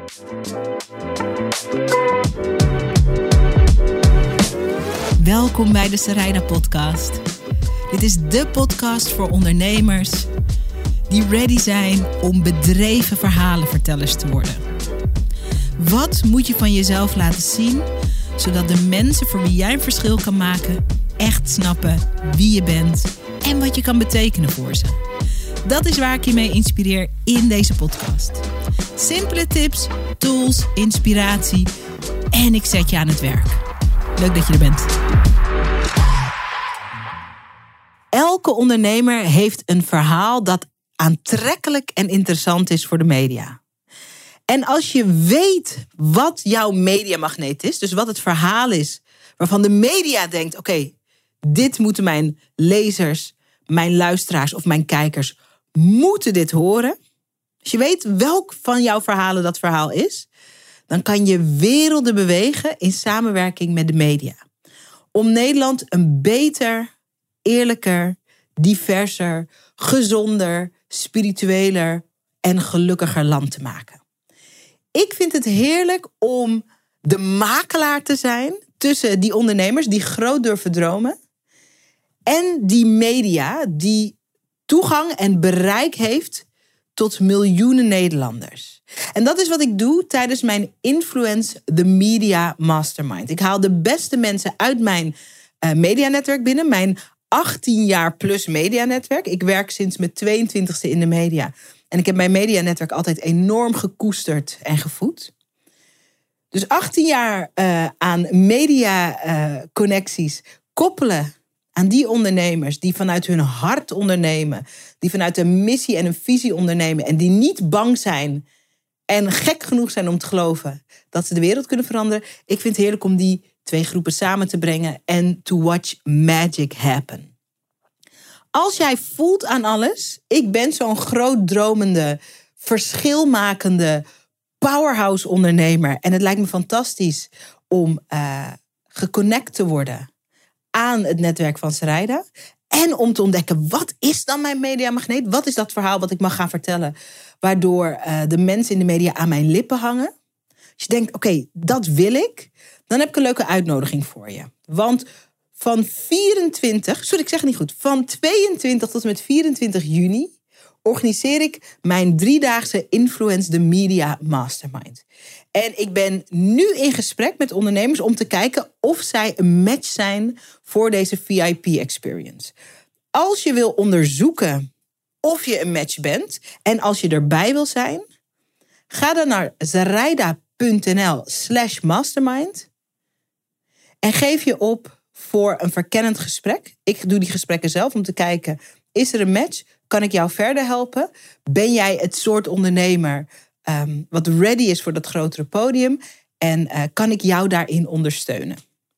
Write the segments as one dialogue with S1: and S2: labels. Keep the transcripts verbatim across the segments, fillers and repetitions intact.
S1: Welkom bij de Sarayda podcast. Dit is de podcast voor ondernemers die ready zijn om bedreven verhalenvertellers te worden. Wat moet je van jezelf laten zien, zodat de mensen voor wie jij een verschil kan maken echt snappen wie je bent en wat je kan betekenen voor ze. Dat is waar ik je mee inspireer in deze podcast. Simpele tips, tools, inspiratie en ik zet je aan het werk. Leuk dat je er bent. Elke ondernemer heeft een verhaal dat aantrekkelijk en interessant is voor de media. En als je weet wat jouw mediamagneet is, dus wat het verhaal is waarvan de media denkt, oké, okay, dit moeten mijn lezers, mijn luisteraars of mijn kijkers moeten dit horen. Als je weet welk van jouw verhalen dat verhaal is, dan kan je werelden bewegen in samenwerking met de media. Om Nederland een beter, eerlijker, diverser, gezonder, spiritueler en gelukkiger land te maken. Ik vind het heerlijk om de makelaar te zijn tussen die ondernemers die groot durven dromen en die media die toegang en bereik heeft tot miljoenen Nederlanders. En dat is wat ik doe tijdens mijn Influence the Media Mastermind. Ik haal de beste mensen uit mijn uh, medianetwerk binnen, mijn achttien jaar plus medianetwerk. Ik werk sinds mijn tweeëntwintigste in de media. En ik heb mijn medianetwerk altijd enorm gekoesterd en gevoed. Dus achttien jaar uh, aan media-connecties uh, koppelen aan die ondernemers die vanuit hun hart ondernemen, die vanuit een missie en een visie ondernemen en die niet bang zijn en gek genoeg zijn om te geloven dat ze de wereld kunnen veranderen. Ik vind het heerlijk om die twee groepen samen te brengen en to watch magic happen. Als jij voelt aan alles, ik ben zo'n groot dromende, verschilmakende powerhouse ondernemer en het lijkt me fantastisch om uh, geconnect te worden aan het netwerk van Sarayda. En om te ontdekken, wat is dan mijn mediamagneet? Wat is dat verhaal wat ik mag gaan vertellen? Waardoor uh, de mensen in de media aan mijn lippen hangen. Als je denkt, oké, okay, dat wil ik. Dan heb ik een leuke uitnodiging voor je. Want van vierentwintig, sorry, ik zeg het niet goed. Van tweeëntwintig tot en met vierentwintig juni organiseer ik mijn driedaagse Influence the Media Mastermind. En ik ben nu in gesprek met ondernemers om te kijken of zij een match zijn voor deze V I P-experience. Als je wil onderzoeken of je een match bent en als je erbij wil zijn, ga dan naar sarayda.nl slash mastermind en geef je op voor een verkennend gesprek. Ik doe die gesprekken zelf om te kijken, is er een match? Kan ik jou verder helpen? Ben jij het soort ondernemer um, wat ready is voor dat grotere podium? En uh, kan ik jou daarin ondersteunen?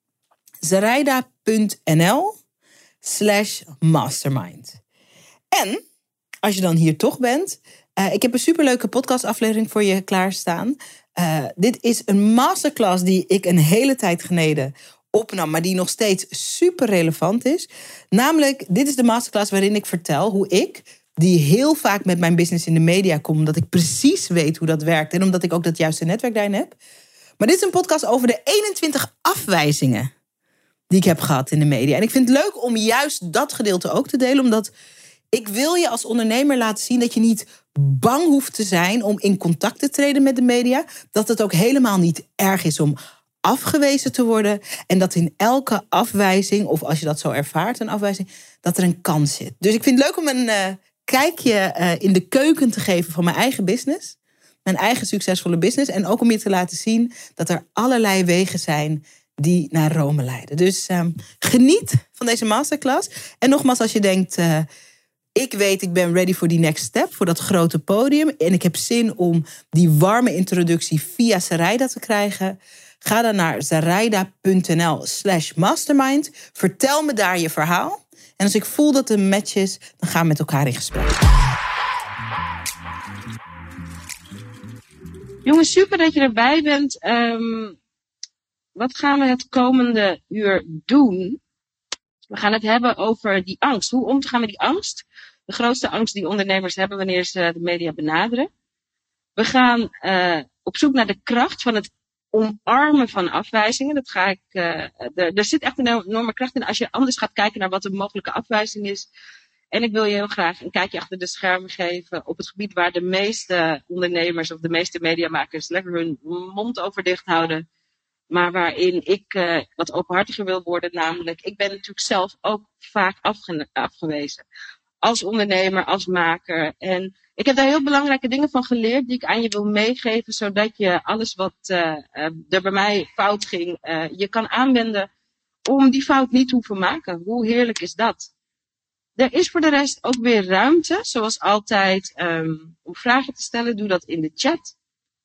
S1: sarayda.nl slash mastermind. En als je dan hier toch bent, uh, ik heb een superleuke podcastaflevering voor je klaarstaan. Uh, dit is een masterclass die ik een hele tijd geleden opnam, maar die nog steeds super relevant is. Namelijk, dit is de masterclass waarin ik vertel hoe ik, die heel vaak met mijn business in de media kom, omdat ik precies weet hoe dat werkt en omdat ik ook dat juiste netwerk daarin heb. Maar dit is een podcast over de eenentwintig afwijzingen die ik heb gehad in de media. En ik vind het leuk om juist dat gedeelte ook te delen, omdat ik wil je als ondernemer laten zien dat je niet bang hoeft te zijn om in contact te treden met de media. Dat het ook helemaal niet erg is om afgewezen te worden. En dat in elke afwijzing, of als je dat zo ervaart, een afwijzing, dat er een kans zit. Dus ik vind het leuk om een uh, kijkje uh, in de keuken te geven van mijn eigen business. Mijn eigen succesvolle business. En ook om je te laten zien dat er allerlei wegen zijn die naar Rome leiden. Dus uh, geniet van deze masterclass. En nogmaals, als je denkt, Uh, ik weet, ik ben ready voor die next step, voor dat grote podium. En ik heb zin om die warme introductie via Sarayda te krijgen. Ga dan naar sarayda.nl slash mastermind. Vertel me daar je verhaal. En als ik voel dat het een match is, dan gaan we met elkaar in gesprek.
S2: Jongens, super dat je erbij bent. Um, wat gaan we het komende uur doen? We gaan het hebben over die angst. Hoe om te gaan met die angst. De grootste angst die ondernemers hebben wanneer ze de media benaderen. We gaan uh, op zoek naar de kracht van het omarmen van afwijzingen. Dat ga ik, uh, er, er zit echt een enorme kracht in als je anders gaat kijken naar wat een mogelijke afwijzing is. En ik wil je heel graag een kijkje achter de schermen geven op het gebied waar de meeste ondernemers of de meeste mediamakers lekker hun mond over dicht houden. Maar waarin ik uh, wat openhartiger wil worden, namelijk ik ben natuurlijk zelf ook vaak afge- afgewezen. Als ondernemer, als maker. En ik heb daar heel belangrijke dingen van geleerd die ik aan je wil meegeven, zodat je alles wat uh, uh, er bij mij fout ging, uh, je kan aanwenden om die fout niet te hoeven maken. Hoe heerlijk is dat? Er is voor de rest ook weer ruimte, zoals altijd, um, om vragen te stellen. Doe dat in de chat.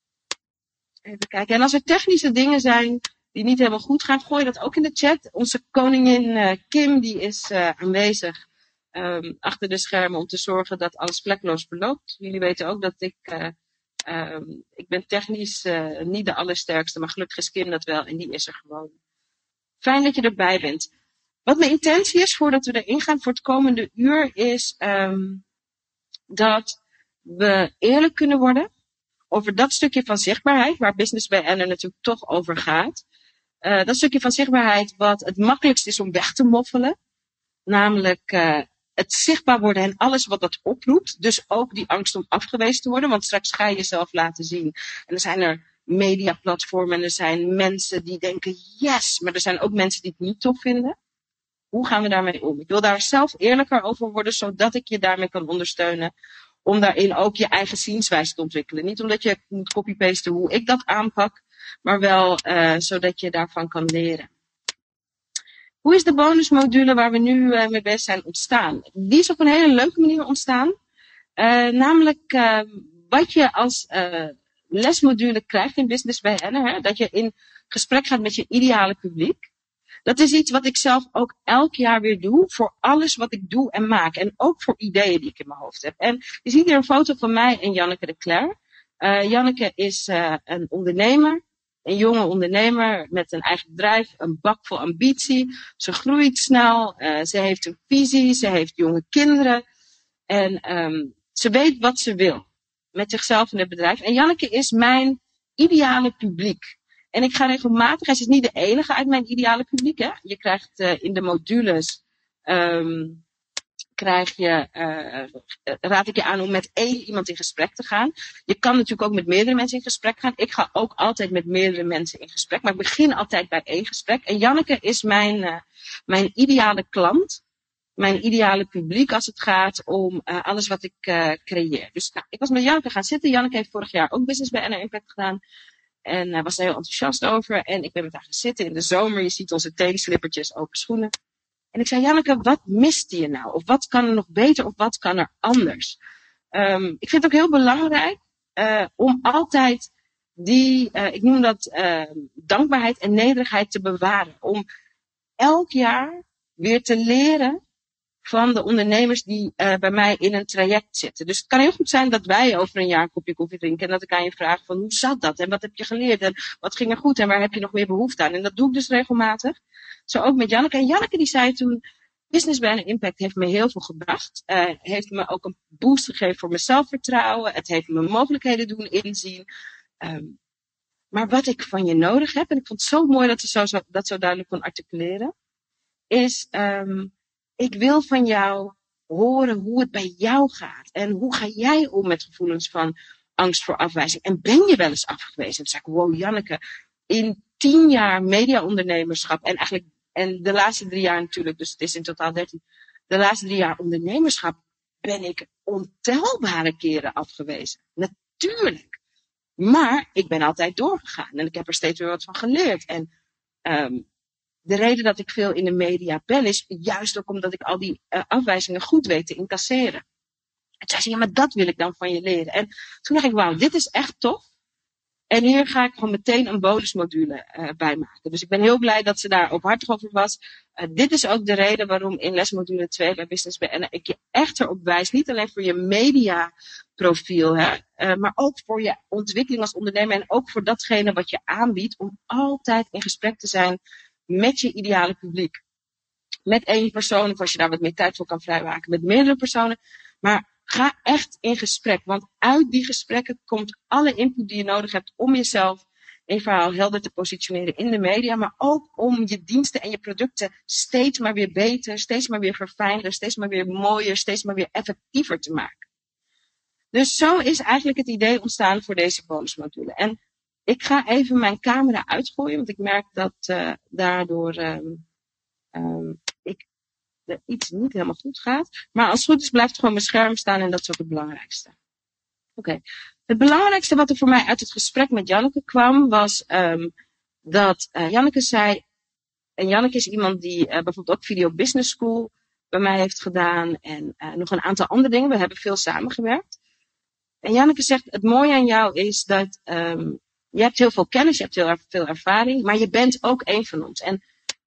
S2: Even kijken. En als er technische dingen zijn die niet helemaal goed gaan, gooi dat ook in de chat. Onze koningin uh, Kim, die is uh, aanwezig um, achter de schermen om te zorgen dat alles vlekloos verloopt. Jullie weten ook dat ik, uh, um, ik ben technisch uh, niet de allersterkste, maar gelukkig is Kim dat wel en die is er gewoon. Fijn dat je erbij bent. Wat mijn intentie is, voordat we erin gaan voor het komende uur, is um, dat we eerlijk kunnen worden over dat stukje van zichtbaarheid, waar Business B N er natuurlijk toch over gaat. Uh, dat stukje van zichtbaarheid wat het makkelijkst is om weg te moffelen. Namelijk uh, het zichtbaar worden en alles wat dat oproept. Dus ook die angst om afgewezen te worden, want straks ga je jezelf laten zien. En dan zijn er mediaplatformen en er zijn mensen die denken yes, maar er zijn ook mensen die het niet tof vinden. Hoe gaan we daarmee om? Ik wil daar zelf eerlijker over worden, zodat ik je daarmee kan ondersteunen. Om daarin ook je eigen zienswijze te ontwikkelen. Niet omdat je moet copy-pasten hoe ik dat aanpak, maar wel uh, zodat je daarvan kan leren. Hoe is de bonusmodule waar we nu uh, mee bezig zijn ontstaan? Die is op een hele leuke manier ontstaan. Uh, namelijk uh, wat je als uh, lesmodule krijgt in Business B N, hè, dat je in gesprek gaat met je ideale publiek. Dat is iets wat ik zelf ook elk jaar weer doe voor alles wat ik doe en maak. En ook voor ideeën die ik in mijn hoofd heb. En je ziet hier een foto van mij en Janneke de Cler. Uh, Janneke is uh, een ondernemer. Een jonge ondernemer met een eigen bedrijf. Een bak vol ambitie. Ze groeit snel. Uh, ze heeft een visie. Ze heeft jonge kinderen. En um, ze weet wat ze wil. Met zichzelf en het bedrijf. En Janneke is mijn ideale publiek. En ik ga regelmatig, hij is niet de enige uit mijn ideale publiek. Hè? Je krijgt uh, in de modules, um, krijg je, uh, raad ik je aan om met één iemand in gesprek te gaan. Je kan natuurlijk ook met meerdere mensen in gesprek gaan. Ik ga ook altijd met meerdere mensen in gesprek. Maar ik begin altijd bij één gesprek. En Janneke is mijn, uh, mijn ideale klant. Mijn ideale publiek als het gaat om uh, alles wat ik uh, creëer. Dus nou, ik was met Janneke gaan zitten. Janneke heeft vorig jaar ook Business B N Impact gedaan. En uh, was er heel enthousiast over. En ik ben met haar gaan zitten in de zomer. Je ziet onze teenslippertjes, open schoenen. En ik zei, Janneke, wat miste je nou? Of wat kan er nog beter? Of wat kan er anders? Um, ik vind het ook heel belangrijk uh, om altijd die, uh, ik noem dat uh, dankbaarheid en nederigheid te bewaren. Om elk jaar weer te leren van de ondernemers die uh, bij mij in een traject zitten. Dus het kan heel goed zijn dat wij over een jaar een kopje koffie drinken en dat ik aan je vraag van hoe zat dat en wat heb je geleerd en wat ging er goed en waar heb je nog meer behoefte aan. En dat doe ik dus regelmatig. Zo ook met Janneke. En Janneke die zei toen, Business B N Impact heeft me heel veel gebracht. Uh, heeft me ook een boost gegeven voor mijn zelfvertrouwen. Het heeft me mogelijkheden doen inzien. Um, maar wat ik van je nodig heb, en ik vond het zo mooi dat ze zo, zo, dat zo duidelijk kon articuleren, is um, ik wil van jou horen hoe het bij jou gaat. En hoe ga jij om met gevoelens van angst voor afwijzing? En ben je wel eens afgewezen? En toen zei ik, wow Janneke, in tien jaar mediaondernemerschap en eigenlijk, en de laatste drie jaar natuurlijk, dus het is in totaal dertien, de laatste drie jaar ondernemerschap ben ik ontelbare keren afgewezen. Natuurlijk. Maar ik ben altijd doorgegaan en ik heb er steeds weer wat van geleerd. En um, de reden dat ik veel in de media ben is juist ook omdat ik al die uh, afwijzingen goed weet te incasseren. En toen zei ze, ja maar dat wil ik dan van je leren. En toen dacht ik, wauw, dit is echt tof. En hier ga ik gewoon meteen een bonusmodule uh, bij maken. Dus ik ben heel blij dat ze daar openhartig over was. Uh, dit is ook de reden waarom in lesmodule twee bij Business B N ik je echt erop wijs. Niet alleen voor je mediaprofiel, hè, uh, maar ook voor je ontwikkeling als ondernemer. En ook voor datgene wat je aanbiedt. Om altijd in gesprek te zijn met je ideale publiek. Met één persoon, of als je daar wat meer tijd voor kan vrijmaken. Met meerdere personen. Maar Ga echt in gesprek. Want uit die gesprekken komt alle input die je nodig hebt om jezelf en je verhaal helder te positioneren in de media. Maar ook om je diensten en je producten steeds maar weer beter, steeds maar weer verfijnder, steeds maar weer mooier, steeds maar weer effectiever te maken. Dus zo is eigenlijk het idee ontstaan voor deze bonusmodule. En ik ga even mijn camera uitgooien, want ik merk dat uh, daardoor um, um, ik, er iets niet helemaal goed gaat. Maar als het goed is blijft gewoon mijn scherm staan en dat is ook het belangrijkste. Oké. Okay. Het belangrijkste wat er voor mij uit het gesprek met Janneke kwam was um, dat uh, Janneke zei, en Janneke is iemand die uh, bijvoorbeeld ook Video Business School bij mij heeft gedaan en uh, nog een aantal andere dingen. We hebben veel samengewerkt. En Janneke zegt, het mooie aan jou is dat um, je hebt heel veel kennis, je hebt heel erg veel ervaring, maar je bent ook één van ons. En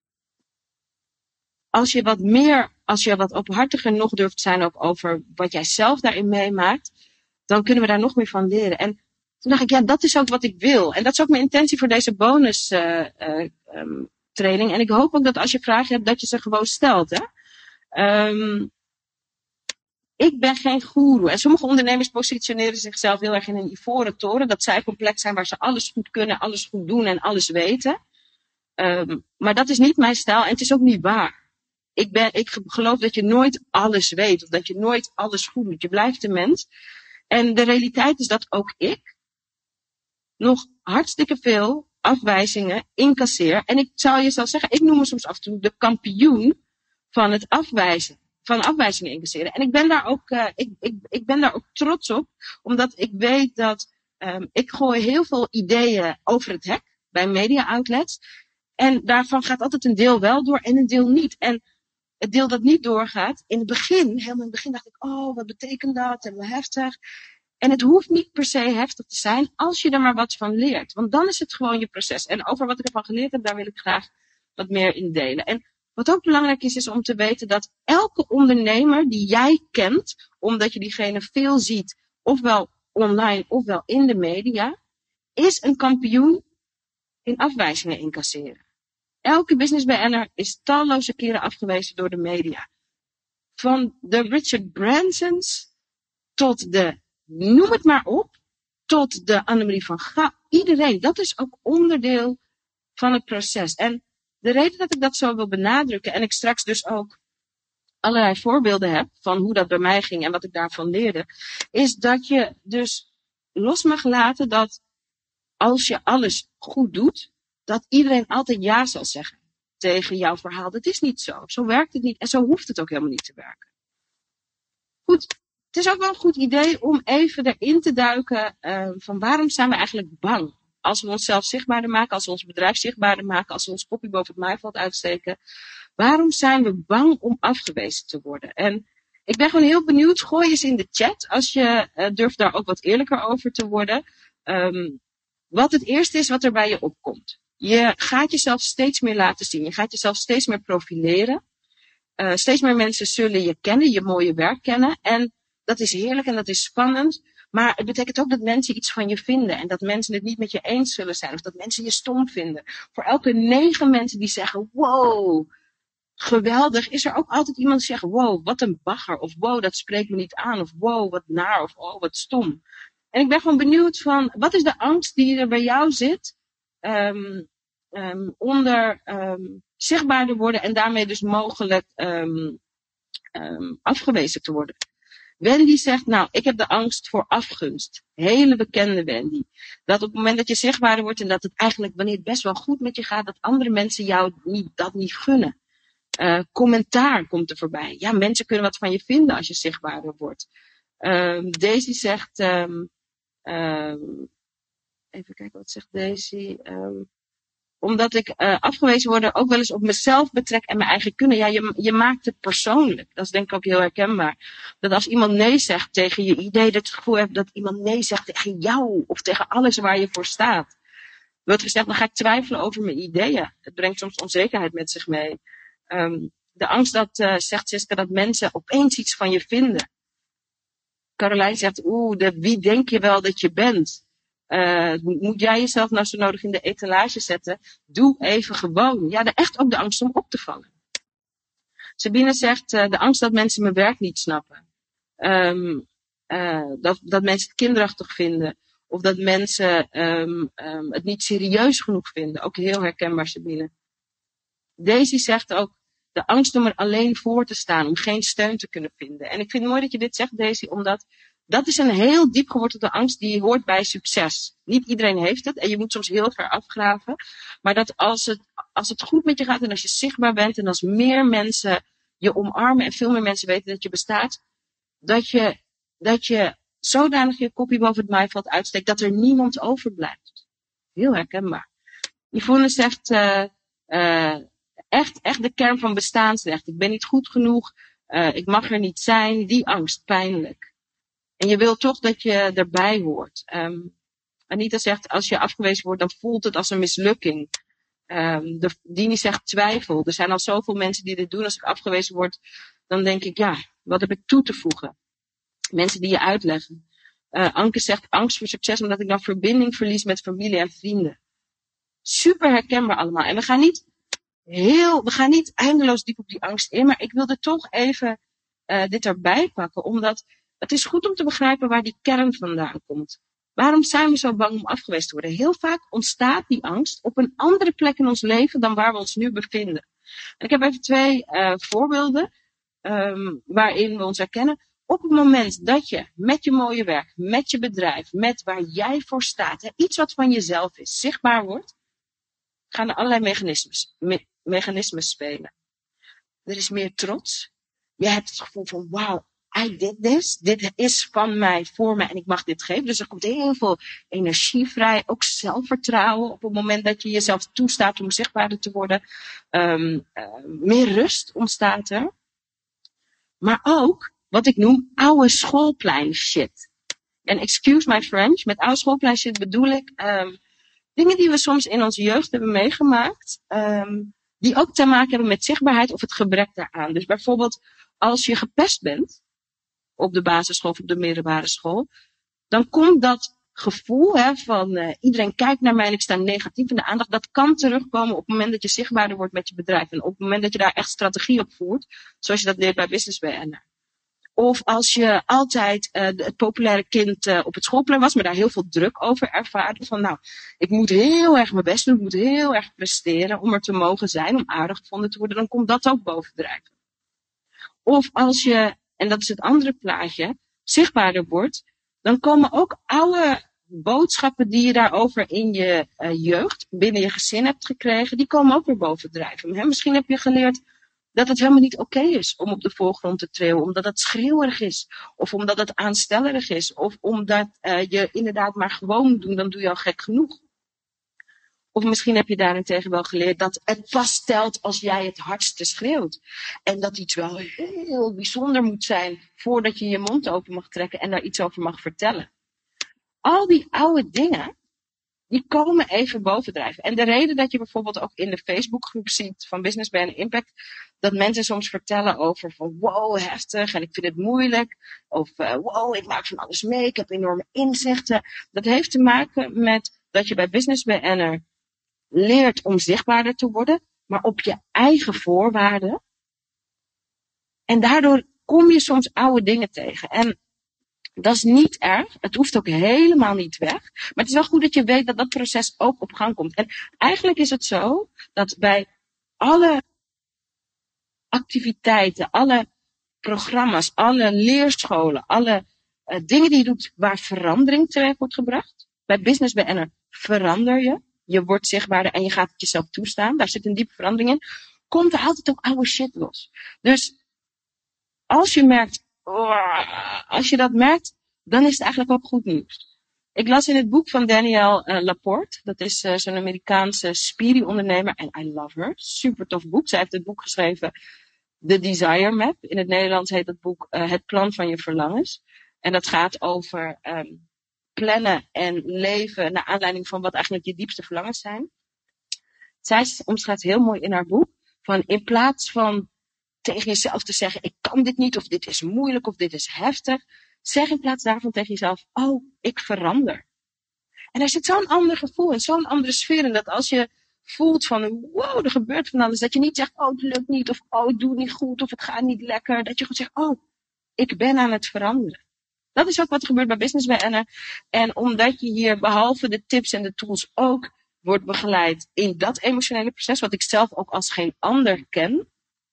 S2: als je wat meer, als je wat openhartiger nog durft zijn ook over wat jij zelf daarin meemaakt, dan kunnen we daar nog meer van leren. En toen dacht ik, ja, dat is ook wat ik wil. En dat is ook mijn intentie voor deze bonus uh, uh, um, training. En ik hoop ook dat als je vragen hebt, dat je ze gewoon stelt. Hè? Um, ik ben geen goeroe. En sommige ondernemers positioneren zichzelf heel erg in een ivoren toren. Dat zij complex zijn waar ze alles goed kunnen, alles goed doen en alles weten. Um, maar dat is niet mijn stijl en het is ook niet waar. Ik, ben, ik geloof dat je nooit alles weet. Of dat je nooit alles goed doet. Je blijft een mens. En de realiteit is dat ook ik nog hartstikke veel afwijzingen incasseer. En ik zou je zelf zeggen, ik noem me soms af en toe de kampioen van het afwijzen. Van afwijzingen incasseren. En ik ben daar ook, uh, ik, ik, ik ben daar ook trots op. Omdat ik weet dat um, ik gooi heel veel ideeën over het hek bij media outlets. En daarvan gaat altijd een deel wel door en een deel niet. En het deel dat niet doorgaat, in het begin, helemaal in het begin dacht ik, oh, wat betekent dat? En wat heftig. En het hoeft niet per se heftig te zijn, als je er maar wat van leert. Want dan is het gewoon je proces. En over wat ik ervan geleerd heb, daar wil ik graag wat meer in delen. En wat ook belangrijk is, is om te weten dat elke ondernemer die jij kent, omdat je diegene veel ziet, ofwel online, ofwel in de media, is een kampioen in afwijzingen incasseren. Elke business B N'er is talloze keren afgewezen door de media. Van de Richard Bransons tot de, noem het maar op, tot de Annemarie van Gaal. Iedereen, dat is ook onderdeel van het proces. En de reden dat ik dat zo wil benadrukken en ik straks dus ook allerlei voorbeelden heb van hoe dat bij mij ging en wat ik daarvan leerde, is dat je dus los mag laten dat als je alles goed doet, dat iedereen altijd ja zal zeggen tegen jouw verhaal. Dat is niet zo. Zo werkt het niet. En zo hoeft het ook helemaal niet te werken. Goed. Het is ook wel een goed idee om even erin te duiken uh, van waarom zijn we eigenlijk bang? Als we onszelf zichtbaarder maken, als we ons bedrijf zichtbaarder maken, als we ons kopje boven het maaiveld uitsteken. Waarom zijn we bang om afgewezen te worden? En ik ben gewoon heel benieuwd. Gooi eens in de chat als je uh, durft daar ook wat eerlijker over te worden. Um, wat het eerste is wat er bij je opkomt. Je gaat jezelf steeds meer laten zien. Je gaat jezelf steeds meer profileren. Uh, steeds meer mensen zullen je kennen, je mooie werk kennen. En dat is heerlijk en dat is spannend. Maar het betekent ook dat mensen iets van je vinden. En dat mensen het niet met je eens zullen zijn. Of dat mensen je stom vinden. Voor elke negen mensen die zeggen, wow, geweldig, is er ook altijd iemand die zegt, wow, wat een bagger. Of wow, dat spreekt me niet aan. Of wow, wat naar. Of oh, wat stom. En ik ben gewoon benieuwd van, wat is de angst die er bij jou zit? Um, um, onder um, zichtbaarder worden en daarmee dus mogelijk um, um, afgewezen te worden. Wendy zegt, nou, ik heb de angst voor afgunst. Hele bekende Wendy. Dat op het moment dat je zichtbaarder wordt en dat het eigenlijk, wanneer het best wel goed met je gaat, dat andere mensen jou niet, dat niet gunnen. Uh, commentaar komt er voorbij. Ja, mensen kunnen wat van je vinden als je zichtbaarder wordt. Um, Daisy zegt, um, um, even kijken wat zegt Daisy. Um, omdat ik uh, afgewezen word ook wel eens op mezelf betrek en mijn eigen kunnen. Ja, je, je maakt het persoonlijk. Dat is denk ik ook heel herkenbaar. Dat als iemand nee zegt tegen je idee, dat je het gevoel hebt dat iemand nee zegt tegen jou. Of tegen alles waar je voor staat. Wordt gezegd, dan ga ik twijfelen over mijn ideeën. Het brengt soms onzekerheid met zich mee. Um, de angst dat, uh, zegt Siska, dat mensen opeens iets van je vinden. Caroline zegt, oeh, de, wie denk je wel dat je bent? Uh, moet jij jezelf nou zo nodig in de etalage zetten? Doe even gewoon. Ja, de, echt ook de angst om op te vallen. Sabine zegt, uh, de angst dat mensen mijn werk niet snappen. Um, uh, dat, dat mensen het kinderachtig vinden. Of dat mensen um, um, het niet serieus genoeg vinden. Ook heel herkenbaar, Sabine. Daisy zegt ook, de angst om er alleen voor te staan, om geen steun te kunnen vinden. En ik vind het mooi dat je dit zegt, Daisy, omdat dat is een heel diep gewortelde angst die hoort bij succes. Niet iedereen heeft het en je moet soms heel ver afgraven. Maar dat als het, als het goed met je gaat en als je zichtbaar bent en als meer mensen je omarmen en veel meer mensen weten dat je bestaat, dat je, dat je zodanig je kopje boven het maaiveld uitsteekt dat er niemand overblijft. Heel herkenbaar. Yvonne zegt, uh, uh, echt, echt de kern van bestaansrecht. Ik ben niet goed genoeg, uh, ik mag er niet zijn, die angst, pijnlijk. En je wil toch dat je erbij hoort. Um, Anita zegt, als je afgewezen wordt, dan voelt het als een mislukking. Um, de, Dini zegt twijfel. Er zijn al zoveel mensen die dit doen. Als ik afgewezen word, dan denk ik, ja, wat heb ik toe te voegen? Mensen die je uitleggen. Uh, Anke zegt angst voor succes, omdat ik dan verbinding verlies met familie en vrienden. Super herkenbaar allemaal. En we gaan niet heel, we gaan niet eindeloos diep op die angst in, maar ik wilde toch even uh, dit erbij pakken, omdat het is goed om te begrijpen waar die kern vandaan komt. Waarom zijn we zo bang om afgewezen te worden? Heel vaak ontstaat die angst op een andere plek in ons leven dan waar we ons nu bevinden. En ik heb even twee uh, voorbeelden um, waarin we ons herkennen. Op het moment dat je met je mooie werk, met je bedrijf, met waar jij voor staat, hè, iets wat van jezelf is, zichtbaar wordt, gaan er allerlei mechanismes, me, mechanismes spelen. Er is meer trots. Je hebt het gevoel van, wow, I did this. Dit is van mij, voor mij en ik mag dit geven. Dus er komt heel veel energie vrij. Ook zelfvertrouwen op het moment dat je jezelf toestaat om zichtbaarder te worden. Um, uh, meer rust ontstaat er. Maar ook, wat ik noem, oude schoolplein shit. En excuse my French, met oude schoolplein shit bedoel ik um, dingen die we soms in onze jeugd hebben meegemaakt. Um, die ook te maken hebben met zichtbaarheid of het gebrek daaraan. Dus bijvoorbeeld, als je gepest bent op de basisschool of op de middelbare school, dan komt dat gevoel hè, van uh, iedereen kijkt naar mij en ik sta negatief in de aandacht. Dat kan terugkomen op het moment dat je zichtbaarder wordt met je bedrijf. En op het moment dat je daar echt strategie op voert, zoals je dat leert bij Business B N R. Of als je altijd uh, het populaire kind uh, op het schoolplein was, maar daar heel veel druk over ervaarde. Van nou, ik moet heel erg mijn best doen, ik moet heel erg presteren om er te mogen zijn, om aardig gevonden te worden. Dan komt dat ook bovendrijven. Of als je, en dat is het andere plaatje, zichtbaarder wordt, dan komen ook oude boodschappen die je daarover in je uh, jeugd, binnen je gezin hebt gekregen, die komen ook weer bovendrijven. Hè? Misschien heb je geleerd dat het helemaal niet oké okay is om op de voorgrond te treden, omdat het schreeuwerig is, of omdat het aanstellerig is, of omdat uh, je inderdaad maar gewoon moet doen, dan doe je al gek genoeg. Of misschien heb je daarentegen wel geleerd dat het pas telt als jij het hardste schreeuwt. En dat iets wel heel bijzonder moet zijn voordat je je mond open mag trekken en daar iets over mag vertellen. Al die oude dingen, die komen even bovendrijven. En de reden dat je bijvoorbeeld ook in de Facebookgroep ziet van Business B N R Impact, dat mensen soms vertellen over van wow, heftig en ik vind het moeilijk. Of uh, wow, ik maak van alles mee, ik heb enorme inzichten. Dat heeft te maken met dat je bij Business B N R leert om zichtbaarder te worden, maar op je eigen voorwaarden. En daardoor kom je soms oude dingen tegen. En dat is niet erg. Het hoeft ook helemaal niet weg. Maar het is wel goed dat je weet dat dat proces ook op gang komt. En eigenlijk is het zo dat bij alle activiteiten, alle programma's, alle leerscholen, alle uh, dingen die je doet waar verandering teweeg wordt gebracht. Bij Business B N R verander je. Je wordt zichtbaarder en je gaat het jezelf toestaan. Daar zit een diepe verandering in. Komt er altijd ook oude shit los. Dus als je merkt, oh, als je dat merkt, dan is het eigenlijk ook goed nieuws. Ik las in het boek van Danielle uh, Laporte. Dat is uh, zo'n Amerikaanse spiri-ondernemer. En I love her. Super tof boek. Zij heeft het boek geschreven The Desire Map. In het Nederlands heet het boek uh, Het Plan van je Verlangens. En dat gaat over um, plannen en leven naar aanleiding van wat eigenlijk je diepste verlangens zijn. Zij omschrijft heel mooi in haar boek van in plaats van tegen jezelf te zeggen, ik kan dit niet, of dit is moeilijk, of dit is heftig, zeg in plaats daarvan tegen jezelf, oh, ik verander. En daar zit zo'n ander gevoel en zo'n andere sfeer in, dat als je voelt van, wow, er gebeurt van alles, dat je niet zegt, oh, het lukt niet, of oh, ik doe het niet goed, of het gaat niet lekker, dat je gewoon zegt, oh, ik ben aan het veranderen. Dat is ook wat er gebeurt bij Business B N R. En omdat je hier behalve de tips en de tools ook wordt begeleid in dat emotionele proces, wat ik zelf ook als geen ander ken,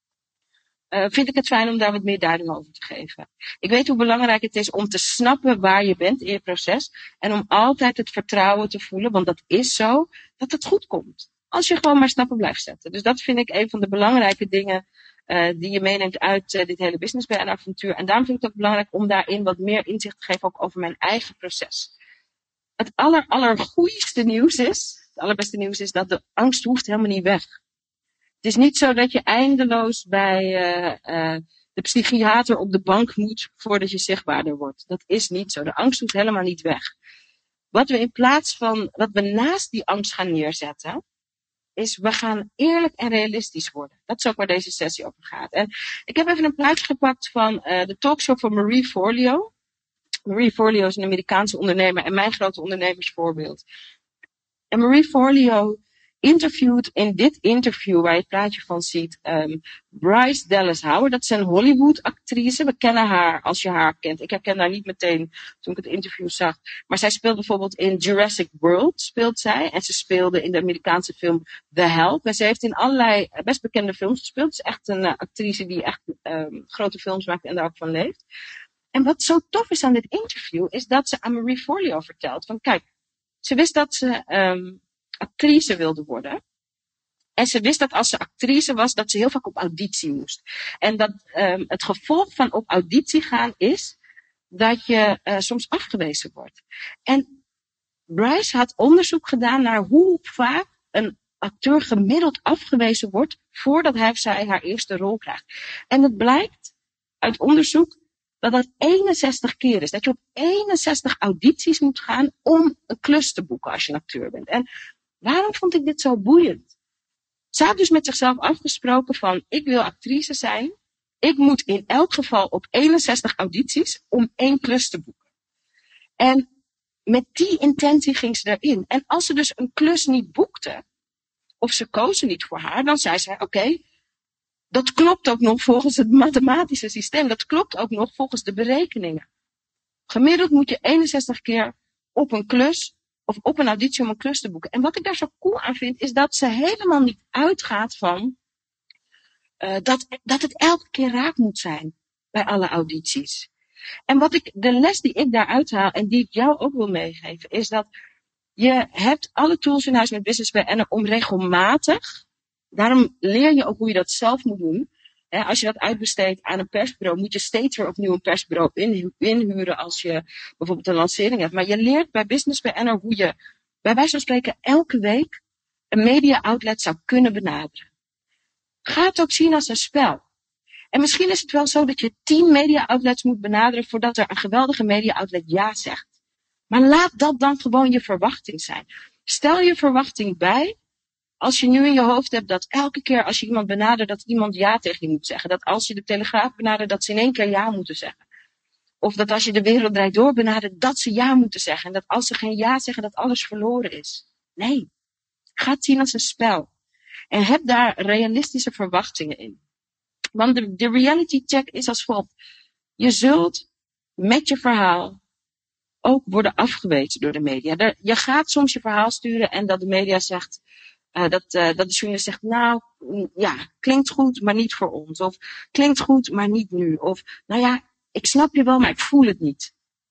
S2: uh, vind ik het fijn om daar wat meer duiding over te geven. Ik weet hoe belangrijk het is om te snappen waar je bent in je proces en om altijd het vertrouwen te voelen, want dat is zo, dat het goed komt. Als je gewoon maar stappen blijft zetten. Dus dat vind ik een van de belangrijke dingen uh, die je meeneemt uit uh, dit hele Business B N R-avontuur. En daarom vind ik het ook belangrijk om daarin wat meer inzicht te geven ook over mijn eigen proces. Het aller, allergoeiste nieuws is, het allerbeste nieuws is dat de angst hoeft helemaal niet weg. Het is niet zo dat je eindeloos bij uh, uh, de psychiater op de bank moet voordat je zichtbaarder wordt. Dat is niet zo. De angst hoeft helemaal niet weg. Wat we in plaats van, wat we naast die angst gaan neerzetten, is we gaan eerlijk en realistisch worden. Dat is ook waar deze sessie over gaat. En ik heb even een plaatje gepakt van uh, de talkshow van Marie Forleo. Marie Forleo is een Amerikaanse ondernemer en mijn grote ondernemersvoorbeeld. En Marie Forleo interviewt in dit interview, waar je het plaatje van ziet, um, Bryce Dallas Howard. Dat is een Hollywood-actrice. We kennen haar als je haar kent. Ik herken haar niet meteen toen ik het interview zag. Maar zij speelt bijvoorbeeld in Jurassic World, speelt zij. En ze speelde in de Amerikaanse film The Help. En ze heeft in allerlei best bekende films gespeeld. Ze is echt een uh, actrice die echt um, grote films maakt en daar ook van leeft. En wat zo tof is aan dit interview, is dat ze aan Marie Forleo vertelt van, kijk, ze wist dat ze um, actrice wilde worden. En ze wist dat als ze actrice was, dat ze heel vaak op auditie moest. En dat um, het gevolg van op auditie gaan is dat je uh, soms afgewezen wordt. En Bryce had onderzoek gedaan naar hoe vaak een acteur gemiddeld afgewezen wordt voordat hij of zij haar eerste rol krijgt. En het blijkt uit onderzoek dat dat eenenzestig keer is. Dat je op eenenzestig audities moet gaan om een klus te boeken als je een acteur bent. En waarom vond ik dit zo boeiend? Ze had dus met zichzelf afgesproken van, ik wil actrice zijn. Ik moet in elk geval op eenenzestig audities om één klus te boeken. En met die intentie ging ze erin. En als ze dus een klus niet boekte, of ze kozen niet voor haar, dan zei zij, oké, okay, dat klopt ook nog volgens het mathematische systeem. Dat klopt ook nog volgens de berekeningen. Gemiddeld moet je eenenzestig keer op een klus of op een auditie om een klus te boeken. En wat ik daar zo cool aan vind, is dat ze helemaal niet uitgaat van uh, dat, dat het elke keer raak moet zijn bij alle audities. En wat ik, de les die ik daaruit haal en die ik jou ook wil meegeven, is dat je hebt alle tools in huis met Business B N R om regelmatig, daarom leer je ook hoe je dat zelf moet doen. He, als je dat uitbesteedt aan een persbureau, moet je steeds weer opnieuw een persbureau inhu- inhuren als je bijvoorbeeld een lancering hebt. Maar je leert bij Business B N R hoe je, bij wijze van spreken, elke week een media outlet zou kunnen benaderen. Ga het ook zien als een spel. En misschien is het wel zo dat je tien media outlets moet benaderen voordat er een geweldige media outlet ja zegt. Maar laat dat dan gewoon je verwachting zijn. Stel je verwachting bij, als je nu in je hoofd hebt dat elke keer als je iemand benadert, dat iemand ja tegen je moet zeggen. Dat als je de Telegraaf benadert, dat ze in één keer ja moeten zeggen. Of dat als je de Wereld Draait Door benadert, dat ze ja moeten zeggen. En dat als ze geen ja zeggen, dat alles verloren is. Nee, ga het zien als een spel. En heb daar realistische verwachtingen in. Want de, de reality check is als volgt. Je zult met je verhaal ook worden afgewezen door de media. De, je gaat soms je verhaal sturen en dat de media zegt, uh, dat, uh, dat de journalist zegt, nou ja, klinkt goed, maar niet voor ons. Of klinkt goed, maar niet nu. Of nou ja, ik snap je wel, maar ik voel het niet.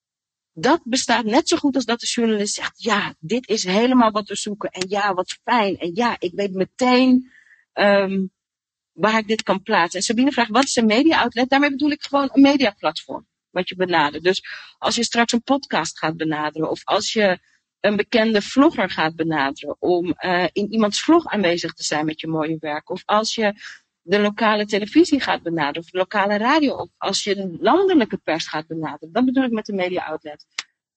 S2: Dat bestaat net zo goed als dat de journalist zegt, ja, dit is helemaal wat we zoeken. En ja, wat fijn. En ja, ik weet meteen um, waar ik dit kan plaatsen. En Sabine vraagt, wat is een media outlet? Daarmee bedoel ik gewoon een mediaplatform. Wat je benadert. Dus als je straks een podcast gaat benaderen. Of als je een bekende vlogger gaat benaderen. Om uh, in iemands vlog aanwezig te zijn met je mooie werk. Of als je de lokale televisie gaat benaderen. Of de lokale radio. Of als je een landelijke pers gaat benaderen. Dat bedoel ik met de media outlet.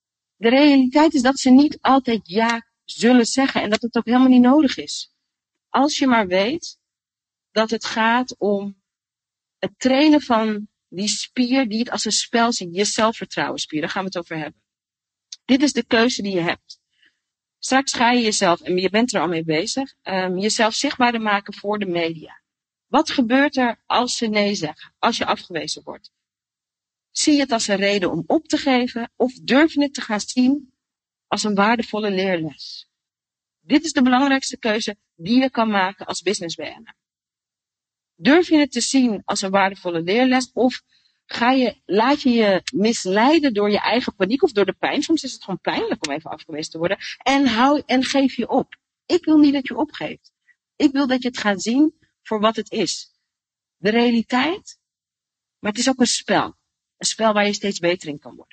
S2: De realiteit is dat ze niet altijd ja zullen zeggen. En dat het ook helemaal niet nodig is. Als je maar weet dat het gaat om het trainen van die spier die het als een spel ziet. Je zelfvertrouwen spier, daar gaan we het over hebben. Dit is de keuze die je hebt. Straks ga je jezelf, en je bent er al mee bezig, um, jezelf zichtbaarder maken voor de media. Wat gebeurt er als ze nee zeggen? Als je afgewezen wordt? Zie je het als een reden om op te geven of durf je het te gaan zien als een waardevolle leerles? Dit is de belangrijkste keuze die je kan maken als business B N'er. Durf je het te zien als een waardevolle leerles of ga je, laat je je misleiden door je eigen paniek of door de pijn? Soms is het gewoon pijnlijk om even afgewezen te worden. En, hou, en geef je op. Ik wil niet dat je opgeeft. Ik wil dat je het gaat zien voor wat het is. De realiteit, maar het is ook een spel. Een spel waar je steeds beter in kan worden.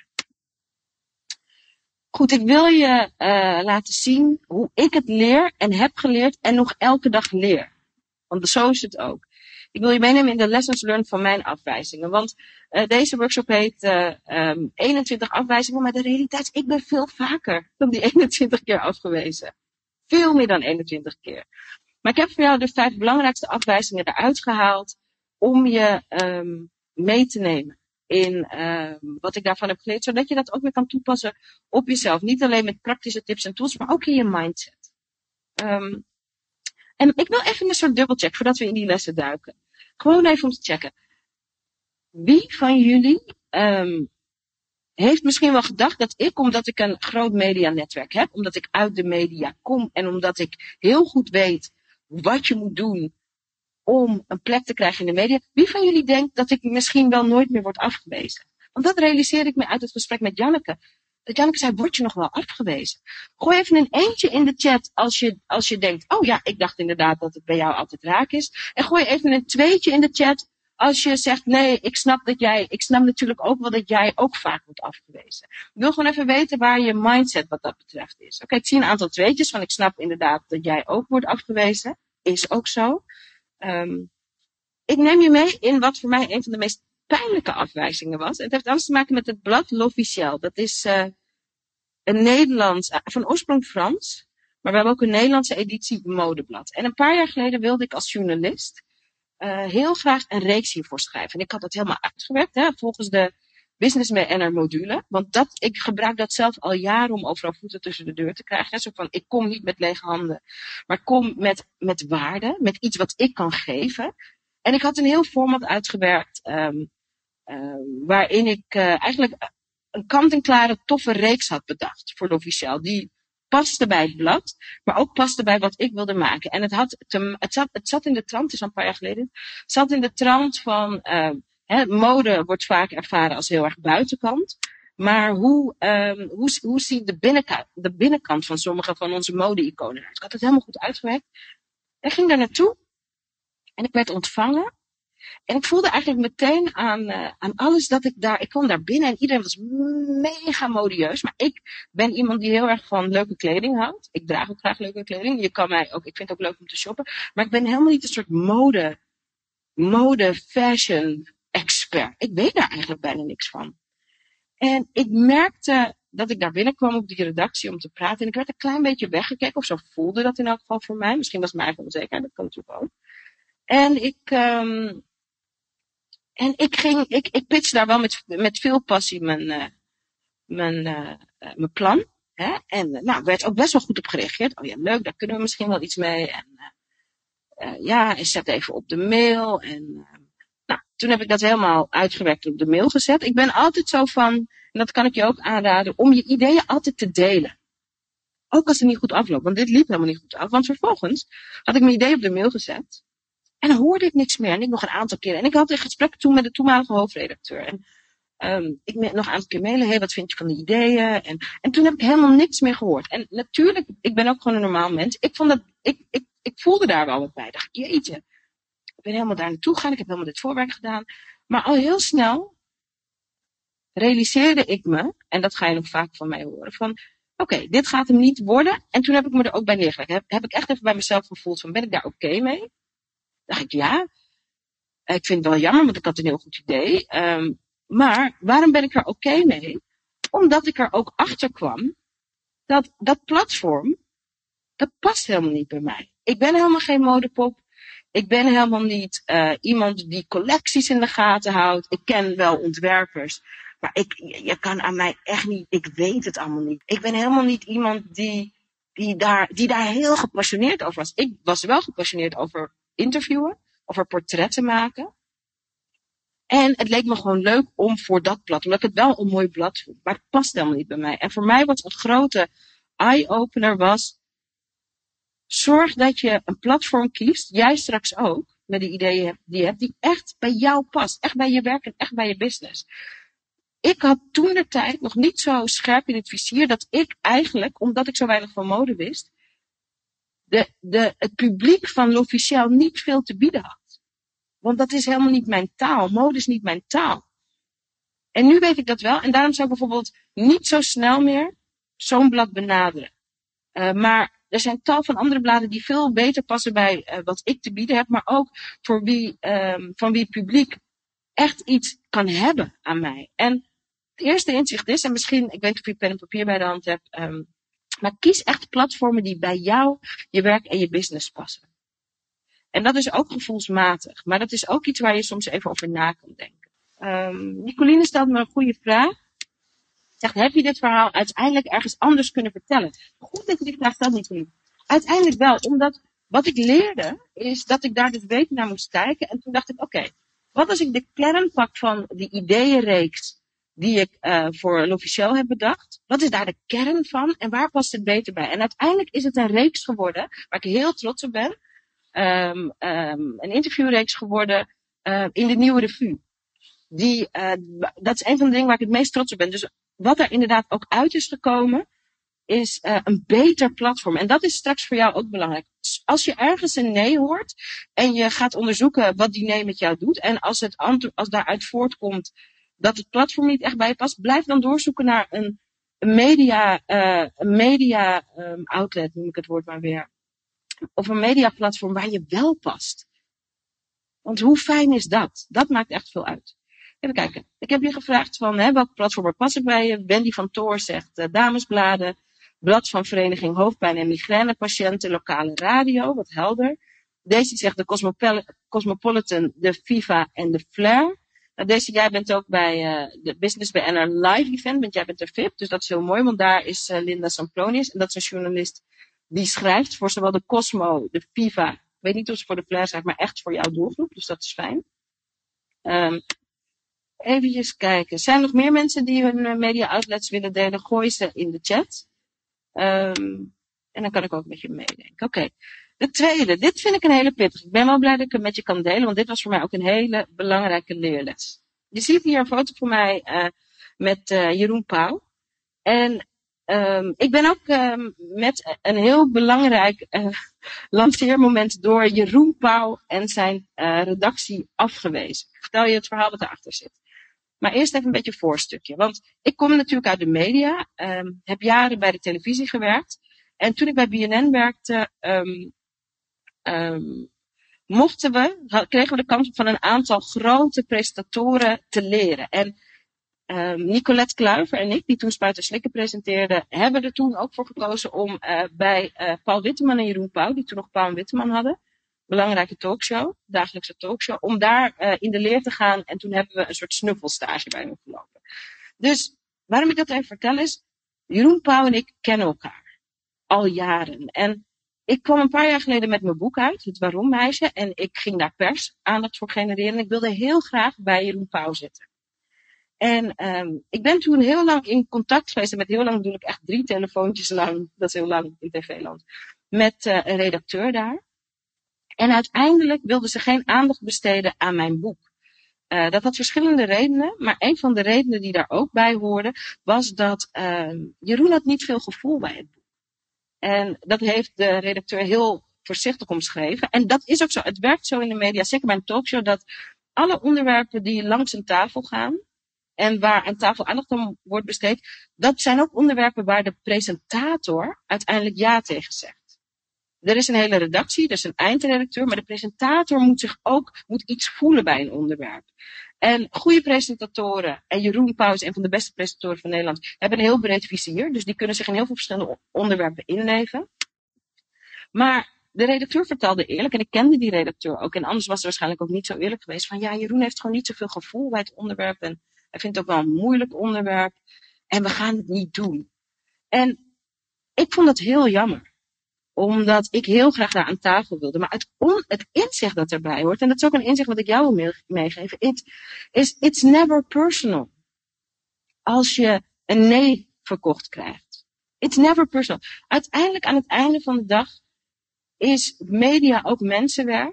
S2: Goed, ik wil je uh, laten zien hoe ik het leer en heb geleerd en nog elke dag leer. Want zo is het ook. Ik wil je meenemen in de lessons learned van mijn afwijzingen. Want uh, deze workshop heet uh, um, eenentwintig afwijzingen. Maar de realiteit is, ik ben veel vaker dan die eenentwintig keer afgewezen. Veel meer dan eenentwintig keer. Maar ik heb voor jou de vijf belangrijkste afwijzingen eruit gehaald. Om je um, mee te nemen in um, wat ik daarvan heb geleerd. Zodat je dat ook weer kan toepassen op jezelf. Niet alleen met praktische tips en tools, maar ook in je mindset. Um, en ik wil even een soort dubbelcheck voordat we in die lessen duiken. Gewoon even om te checken. Wie van jullie um, heeft misschien wel gedacht dat ik, omdat ik een groot medianetwerk heb, omdat ik uit de media kom en omdat ik heel goed weet wat je moet doen om een plek te krijgen in de media. Wie van jullie denkt dat ik misschien wel nooit meer word afgewezen? Want dat realiseerde ik me uit het gesprek met Janneke. Dat Janneke zei, word je nog wel afgewezen? Gooi even een eentje in de chat als je, als je denkt, oh ja, ik dacht inderdaad dat het bij jou altijd raak is. En gooi even een tweetje in de chat als je zegt, nee, ik snap dat jij, ik snap natuurlijk ook wel dat jij ook vaak wordt afgewezen. Ik wil gewoon even weten waar je mindset wat dat betreft is. Oké, okay, ik zie een aantal tweetjes van ik snap inderdaad dat jij ook wordt afgewezen. Is ook zo. Um, ik neem je mee in wat voor mij een van de meest pijnlijke afwijzingen was. Het heeft alles te maken met het blad L'Officiel. Dat is uh, een Nederlands, uh, van oorsprong Frans, maar we hebben ook een Nederlandse editie modeblad. En een paar jaar geleden wilde ik als journalist uh, heel graag een reeks hiervoor schrijven. En ik had dat helemaal uitgewerkt, hè, volgens de Business B N'er module. Want dat, ik gebruik dat zelf al jaren om overal voeten tussen de deur te krijgen. Hè. Zo van, ik kom niet met lege handen, maar kom met, met waarde, met iets wat ik kan geven. En ik had een heel format uitgewerkt, um, um, waarin ik uh, eigenlijk een kant-en-klare toffe reeks had bedacht voor L'Officiel. Die paste bij het blad, maar ook paste bij wat ik wilde maken. En het, had te, het, zat, het zat in de trant, het is al een paar jaar geleden, het zat in de trant van, uh, hè, mode wordt vaak ervaren als heel erg buitenkant. Maar hoe, um, hoe, hoe ziet de binnenkant, de binnenkant van sommige van onze mode-iconen uit? Ik had het helemaal goed uitgewerkt. En ik ging daar naartoe. En ik werd ontvangen. En ik voelde eigenlijk meteen aan, uh, aan alles dat ik daar... Ik kwam daar binnen en iedereen was mega modieus. Maar ik ben iemand die heel erg van leuke kleding houdt. Ik draag ook graag leuke kleding. Je kan mij ook... Ik vind het ook leuk om te shoppen. Maar ik ben helemaal niet een soort mode... Mode, fashion expert. Ik weet daar eigenlijk bijna niks van. En ik merkte dat ik daar binnenkwam op die redactie om te praten. En ik werd een klein beetje weggekeken. Of zo voelde dat in elk geval voor mij. Misschien was het mijn eigen onzekerheid. Dat kan natuurlijk ook. En ik, um, en ik ging, ik, ik pitchte daar wel met, met veel passie mijn, uh, mijn, uh, uh, mijn plan. Hè? En uh, nou, werd ook best wel goed op gereageerd. Oh ja, leuk, daar kunnen we misschien wel iets mee. En uh, uh, ja, en zet even op de mail. En uh, nou, toen heb ik dat helemaal uitgewerkt op de mail gezet. Ik ben altijd zo van, en dat kan ik je ook aanraden, om je ideeën altijd te delen. Ook als het niet goed afloopt, want dit liep helemaal niet goed af. Want vervolgens had ik mijn idee op de mail gezet. En dan hoorde ik niks meer. En ik nog een aantal keren. En ik had een gesprek toen met de toenmalige hoofdredacteur. En um, ik nog een aantal keer mailen. Hé, hey, wat vind je van de ideeën? En, en toen heb ik helemaal niks meer gehoord. En natuurlijk, ik ben ook gewoon een normaal mens. Ik vond dat, ik, ik, ik voelde daar wel wat bij. Ik dacht, jeetje. Ik ben helemaal daar naartoe gegaan. Ik heb helemaal dit voorwerk gedaan. Maar al heel snel realiseerde ik me. En dat ga je nog vaak van mij horen. Van, oké, okay, dit gaat hem niet worden. En toen heb ik me er ook bij neergelegd. Heb, heb ik echt even bij mezelf gevoeld van, ben ik daar oké okay mee? Dacht ik, ja, ik vind het wel jammer, want ik had een heel goed idee. Um, maar waarom ben ik er oké okay mee? Omdat ik er ook achter kwam dat dat platform, dat past helemaal niet bij mij. Ik ben helemaal geen modepop. Ik ben helemaal niet uh, iemand die collecties in de gaten houdt. Ik ken wel ontwerpers. Maar ik, je kan aan mij echt niet, ik weet het allemaal niet. Ik ben helemaal niet iemand die, die, daar, die daar heel gepassioneerd over was. Ik was wel gepassioneerd over interviewen, over portretten maken. En het leek me gewoon leuk om voor dat blad, omdat ik het wel een mooi blad vond. Maar het past helemaal niet bij mij. En voor mij was een grote eye-opener was, zorg dat je een platform kiest, jij straks ook, met de ideeën die je hebt, die echt bij jou past. Echt bij je werk en echt bij je business. Ik had toen de tijd nog niet zo scherp in het vizier dat ik eigenlijk, omdat ik zo weinig van mode wist, de, de, het publiek van L'Officiel niet veel te bieden had. Want dat is helemaal niet mijn taal. Mode is niet mijn taal. En nu weet ik dat wel. En daarom zou ik bijvoorbeeld niet zo snel meer zo'n blad benaderen. Uh, maar er zijn tal van andere bladen die veel beter passen bij uh, wat ik te bieden heb. Maar ook voor wie, um, van wie het publiek echt iets kan hebben aan mij. En het eerste inzicht is, en misschien, ik weet niet of je pen en papier bij de hand hebt. Um, maar kies echt platformen die bij jou, je werk en je business passen. En dat is ook gevoelsmatig. Maar dat is ook iets waar je soms even over na kan denken. Um, Nicoline stelt me een goede vraag. Zegt, heb je dit verhaal uiteindelijk ergens anders kunnen vertellen? Goed dat je die vraag stelt, Nicoline. Uiteindelijk wel, omdat wat ik leerde, is dat ik daar dus beter naar moest kijken. En toen dacht ik, oké, okay, wat als ik de kern pak van die ideeënreeks die ik uh, voor L'Officiel heb bedacht? Wat is daar de kern van en waar past het beter bij? En uiteindelijk is het een reeks geworden, waar ik heel trots op ben. Um, um, een interviewreeks geworden uh, in de Nieuwe Revue. Die, uh, dat is een van de dingen waar ik het meest trots op ben. Dus wat er inderdaad ook uit is gekomen, is uh, een beter platform. En dat is straks voor jou ook belangrijk. Als je ergens een nee hoort en je gaat onderzoeken wat die nee met jou doet. En als, het antwo- als daaruit voortkomt dat het platform niet echt bij je past, blijf dan doorzoeken naar een, een media, uh, een media um, outlet, noem ik het woord maar weer. Of een mediaplatform waar je wel past. Want hoe fijn is dat? Dat maakt echt veel uit. Even kijken. Ik heb je gevraagd van hè, welke platformen passen bij je. Wendy van Toor zegt uh, damesbladen. Blad van Vereniging Hoofdpijn en Migrainepatiënten. Lokale radio, wat helder. Daisy zegt de Cosmopol- Cosmopolitan, de Viva en de Flair. Nou, Daisy, jij bent ook bij uh, de Business B N R Live Event. Want jij bent er V I P. Dus dat is heel mooi. Want daar is uh, Linda Samplonius. En dat is een journalist die schrijft voor zowel de Cosmo, de Viva. Ik weet niet of ze voor de Flair schrijft, maar echt voor jouw doelgroep. Dus dat is fijn. Um, Even kijken. Zijn er nog meer mensen die hun media outlets willen delen? Gooi ze in de chat. Um, en dan kan ik ook met je meedenken. Oké. Okay. De tweede. Dit vind ik een hele pittige. Ik ben wel blij dat ik het met je kan delen. Want dit was voor mij ook een hele belangrijke leerles. Je ziet hier een foto van mij uh, met uh, Jeroen Pauw. En um, ik ben ook um, met een heel belangrijk uh, lanceermoment door Jeroen Pauw en zijn uh, redactie afgewezen. Ik vertel je het verhaal dat erachter zit. Maar eerst even een beetje een voorstukje. Want ik kom natuurlijk uit de media. Um, heb jaren bij de televisie gewerkt. En toen ik bij B N N werkte, um, um, mochten we, kregen we de kans om van een aantal grote presentatoren te leren. En um, Nicolette Kluiver en ik, die toen Spuiten Slikken presenteerden, hebben er toen ook voor gekozen om uh, bij uh, Paul Witteman en Jeroen Pauw, die toen nog Paul en Witteman hadden, belangrijke talkshow, dagelijkse talkshow, om daar uh, in de leer te gaan. En toen hebben we een soort snuffelstage bij me gelopen. Dus waarom ik dat even vertel is, Jeroen Pauw en ik kennen elkaar al jaren. En ik kwam een paar jaar geleden met mijn boek uit, Het Waarom Meisje. En ik ging daar pers aandacht voor genereren. En ik wilde heel graag bij Jeroen Pauw zitten. En um, ik ben toen heel lang in contact geweest. En met heel lang bedoel ik echt drie telefoontjes lang. Dat is heel lang in tv-land. Met uh, een redacteur daar. En uiteindelijk wilden ze geen aandacht besteden aan mijn boek. Uh, dat had verschillende redenen. Maar een van de redenen die daar ook bij hoorde, was dat uh, Jeroen had niet veel gevoel bij het boek. En dat heeft de redacteur heel voorzichtig omschreven. En dat is ook zo. Het werkt zo in de media, zeker bij een talkshow, dat alle onderwerpen die langs een tafel gaan en waar aan tafel aandacht aan wordt besteed, dat zijn ook onderwerpen waar de presentator uiteindelijk ja tegen zegt. Er is een hele redactie, er is een eindredacteur, maar de presentator moet zich ook moet iets voelen bij een onderwerp. En goede presentatoren, en Jeroen Pauw is een van de beste presentatoren van Nederland, hebben een heel breed vizier, dus die kunnen zich in heel veel verschillende onderwerpen inleven. Maar de redacteur vertelde eerlijk, en ik kende die redacteur ook, en anders was het waarschijnlijk ook niet zo eerlijk geweest, van ja, Jeroen heeft gewoon niet zoveel gevoel bij het onderwerp, en hij vindt het ook wel een moeilijk onderwerp, en we gaan het niet doen. En ik vond dat heel jammer. Omdat ik heel graag daar aan tafel wilde. Maar het, on, het inzicht dat erbij hoort, en dat is ook een inzicht wat ik jou wil meegeven, it, is it's never personal. Als je een nee verkocht krijgt. It's never personal. Uiteindelijk aan het einde van de dag is media ook mensenwerk.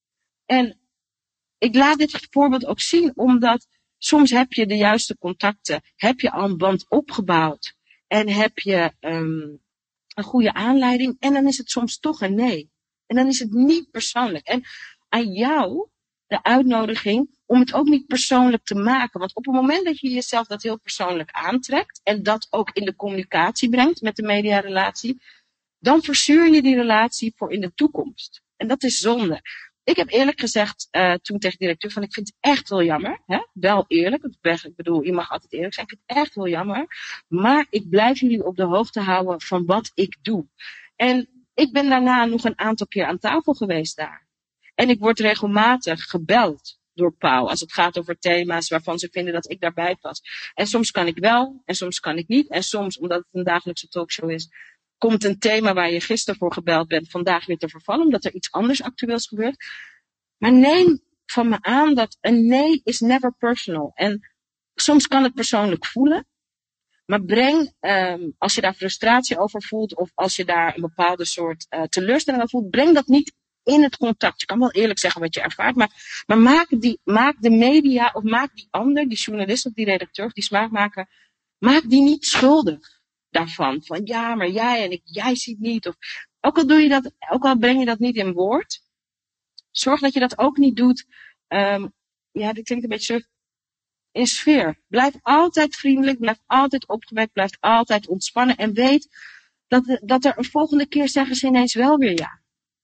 S2: En ik laat dit voorbeeld ook zien, omdat soms heb je de juiste contacten. Heb je al een band opgebouwd. En heb je um, een goede aanleiding. En dan is het soms toch een nee. En dan is het niet persoonlijk. En aan jou de uitnodiging om het ook niet persoonlijk te maken. Want op het moment dat je jezelf dat heel persoonlijk aantrekt. En dat ook in de communicatie brengt met de mediarelatie. Dan verzuur je die relatie voor in de toekomst. En dat is zonde. Ik heb eerlijk gezegd uh, toen tegen de directeur van ik vind het echt wel jammer. Hè? Wel eerlijk. Ik bedoel, je mag altijd eerlijk zijn. Ik vind het echt wel jammer. Maar ik blijf jullie op de hoogte houden van wat ik doe. En ik ben daarna nog een aantal keer aan tafel geweest daar. En ik word regelmatig gebeld door Pauw. Als het gaat over thema's waarvan ze vinden dat ik daarbij pas. En soms kan ik wel. En soms kan ik niet. En soms, omdat het een dagelijkse talkshow is, komt een thema waar je gisteren voor gebeld bent vandaag weer te vervallen. Omdat er iets anders actueels gebeurt. Maar neem van me aan dat een nee is never personal. En soms kan het persoonlijk voelen. Maar breng, um, als je daar frustratie over voelt. Of als je daar een bepaalde soort uh, teleurstelling over voelt. Breng dat niet in het contact. Je kan wel eerlijk zeggen wat je ervaart. Maar, maar maak, die, maak de media of maak die ander, die journalist of die redacteur of die smaakmaker. Maak die niet schuldig daarvan. Van ja, maar jij en ik, jij ziet niet. Of, ook al doe je dat, ook al breng je dat niet in woord. Zorg dat je dat ook niet doet. Um, ja, dit klinkt een beetje suf. In sfeer. Blijf altijd vriendelijk. Blijf altijd opgewekt. Blijf altijd ontspannen. En weet dat, dat er een volgende keer zeggen ze ineens wel weer ja.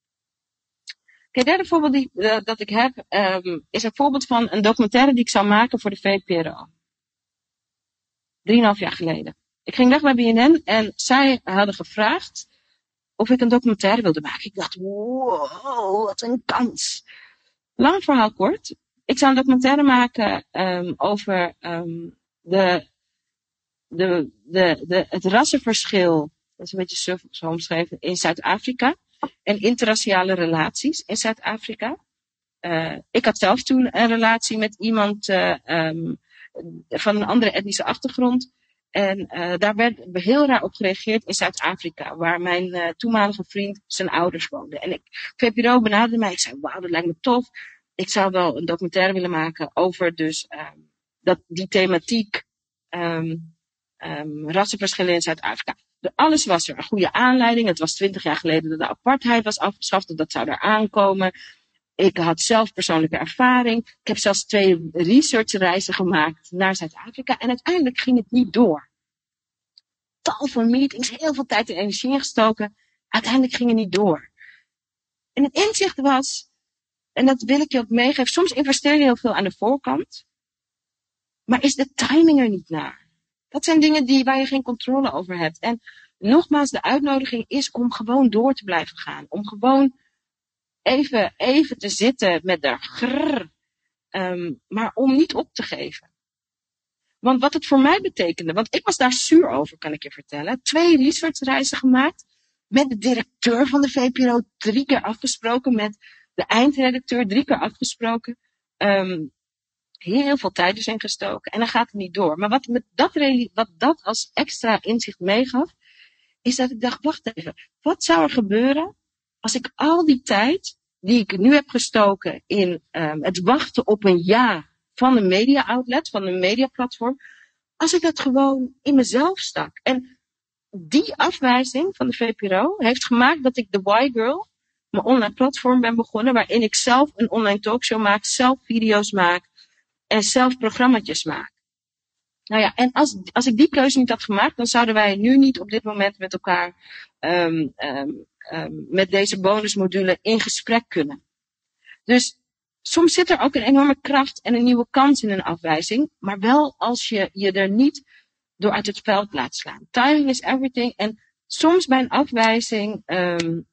S2: Het derde voorbeeld die, uh, dat ik heb. Um, is een voorbeeld van een documentaire die ik zou maken voor de V P R O. Drieënhalf jaar geleden. Ik ging weg bij B N N. En zij hadden gevraagd of ik een documentaire wilde maken. Ik dacht, wow, wat een kans. Lang verhaal kort. Ik zou een documentaire maken um, over um, de, de, de, de, het rassenverschil. Dat is een beetje zo, zo omschreven. In Zuid-Afrika. En interraciale relaties in Zuid-Afrika. Uh, ik had zelf toen een relatie met iemand uh, um, van een andere etnische achtergrond. En uh, daar werd heel raar op gereageerd in Zuid-Afrika, waar mijn uh, toenmalige vriend zijn ouders woonden. En ik, V P R O benaderde mij, ik zei, wauw, dat lijkt me tof. Ik zou wel een documentaire willen maken over dus um, dat, die thematiek um, um, rassenverschillen in Zuid-Afrika. De, alles was er, een goede aanleiding. Het was twintig jaar geleden dat de apartheid was afgeschaft, dat zou er aankomen. Ik had zelf persoonlijke ervaring. Ik heb zelfs twee researchreizen gemaakt naar Zuid-Afrika. En uiteindelijk ging het niet door. Tal van meetings, heel veel tijd en energie ingestoken. Uiteindelijk ging het niet door. En het inzicht was, en dat wil ik je ook meegeven, soms investeer je heel veel aan de voorkant. Maar is de timing er niet naar? Dat zijn dingen die, waar je geen controle over hebt. En nogmaals, de uitnodiging is om gewoon door te blijven gaan. Om gewoon Even, even te zitten met de grrr, um, maar om niet op te geven. Want wat het voor mij betekende, want ik was daar zuur over, kan ik je vertellen. Twee researchreizen gemaakt, met de directeur van de V P R O drie keer afgesproken, met de eindredacteur drie keer afgesproken. Um, heel veel tijd dus ingestoken en dan gaat het niet door. Maar wat, met dat, wat dat als extra inzicht meegaf, is dat ik dacht, wacht even, wat zou er gebeuren als ik al die tijd die ik nu heb gestoken in um, het wachten op een ja van een media-outlet, van een mediaplatform, als ik dat gewoon in mezelf stak. En die afwijzing van de V P R O heeft gemaakt dat ik de Y-Girl, mijn online platform ben begonnen, waarin ik zelf een online talkshow maak, zelf video's maak en zelf programmaatjes maak. Nou ja, en als, als ik die keuze niet had gemaakt, dan zouden wij nu niet op dit moment met elkaar um, um, um, met deze bonusmodule in gesprek kunnen. Dus soms zit er ook een enorme kracht en een nieuwe kans in een afwijzing, maar wel als je je er niet door uit het veld laat slaan. Timing is everything. En soms bij een afwijzing um,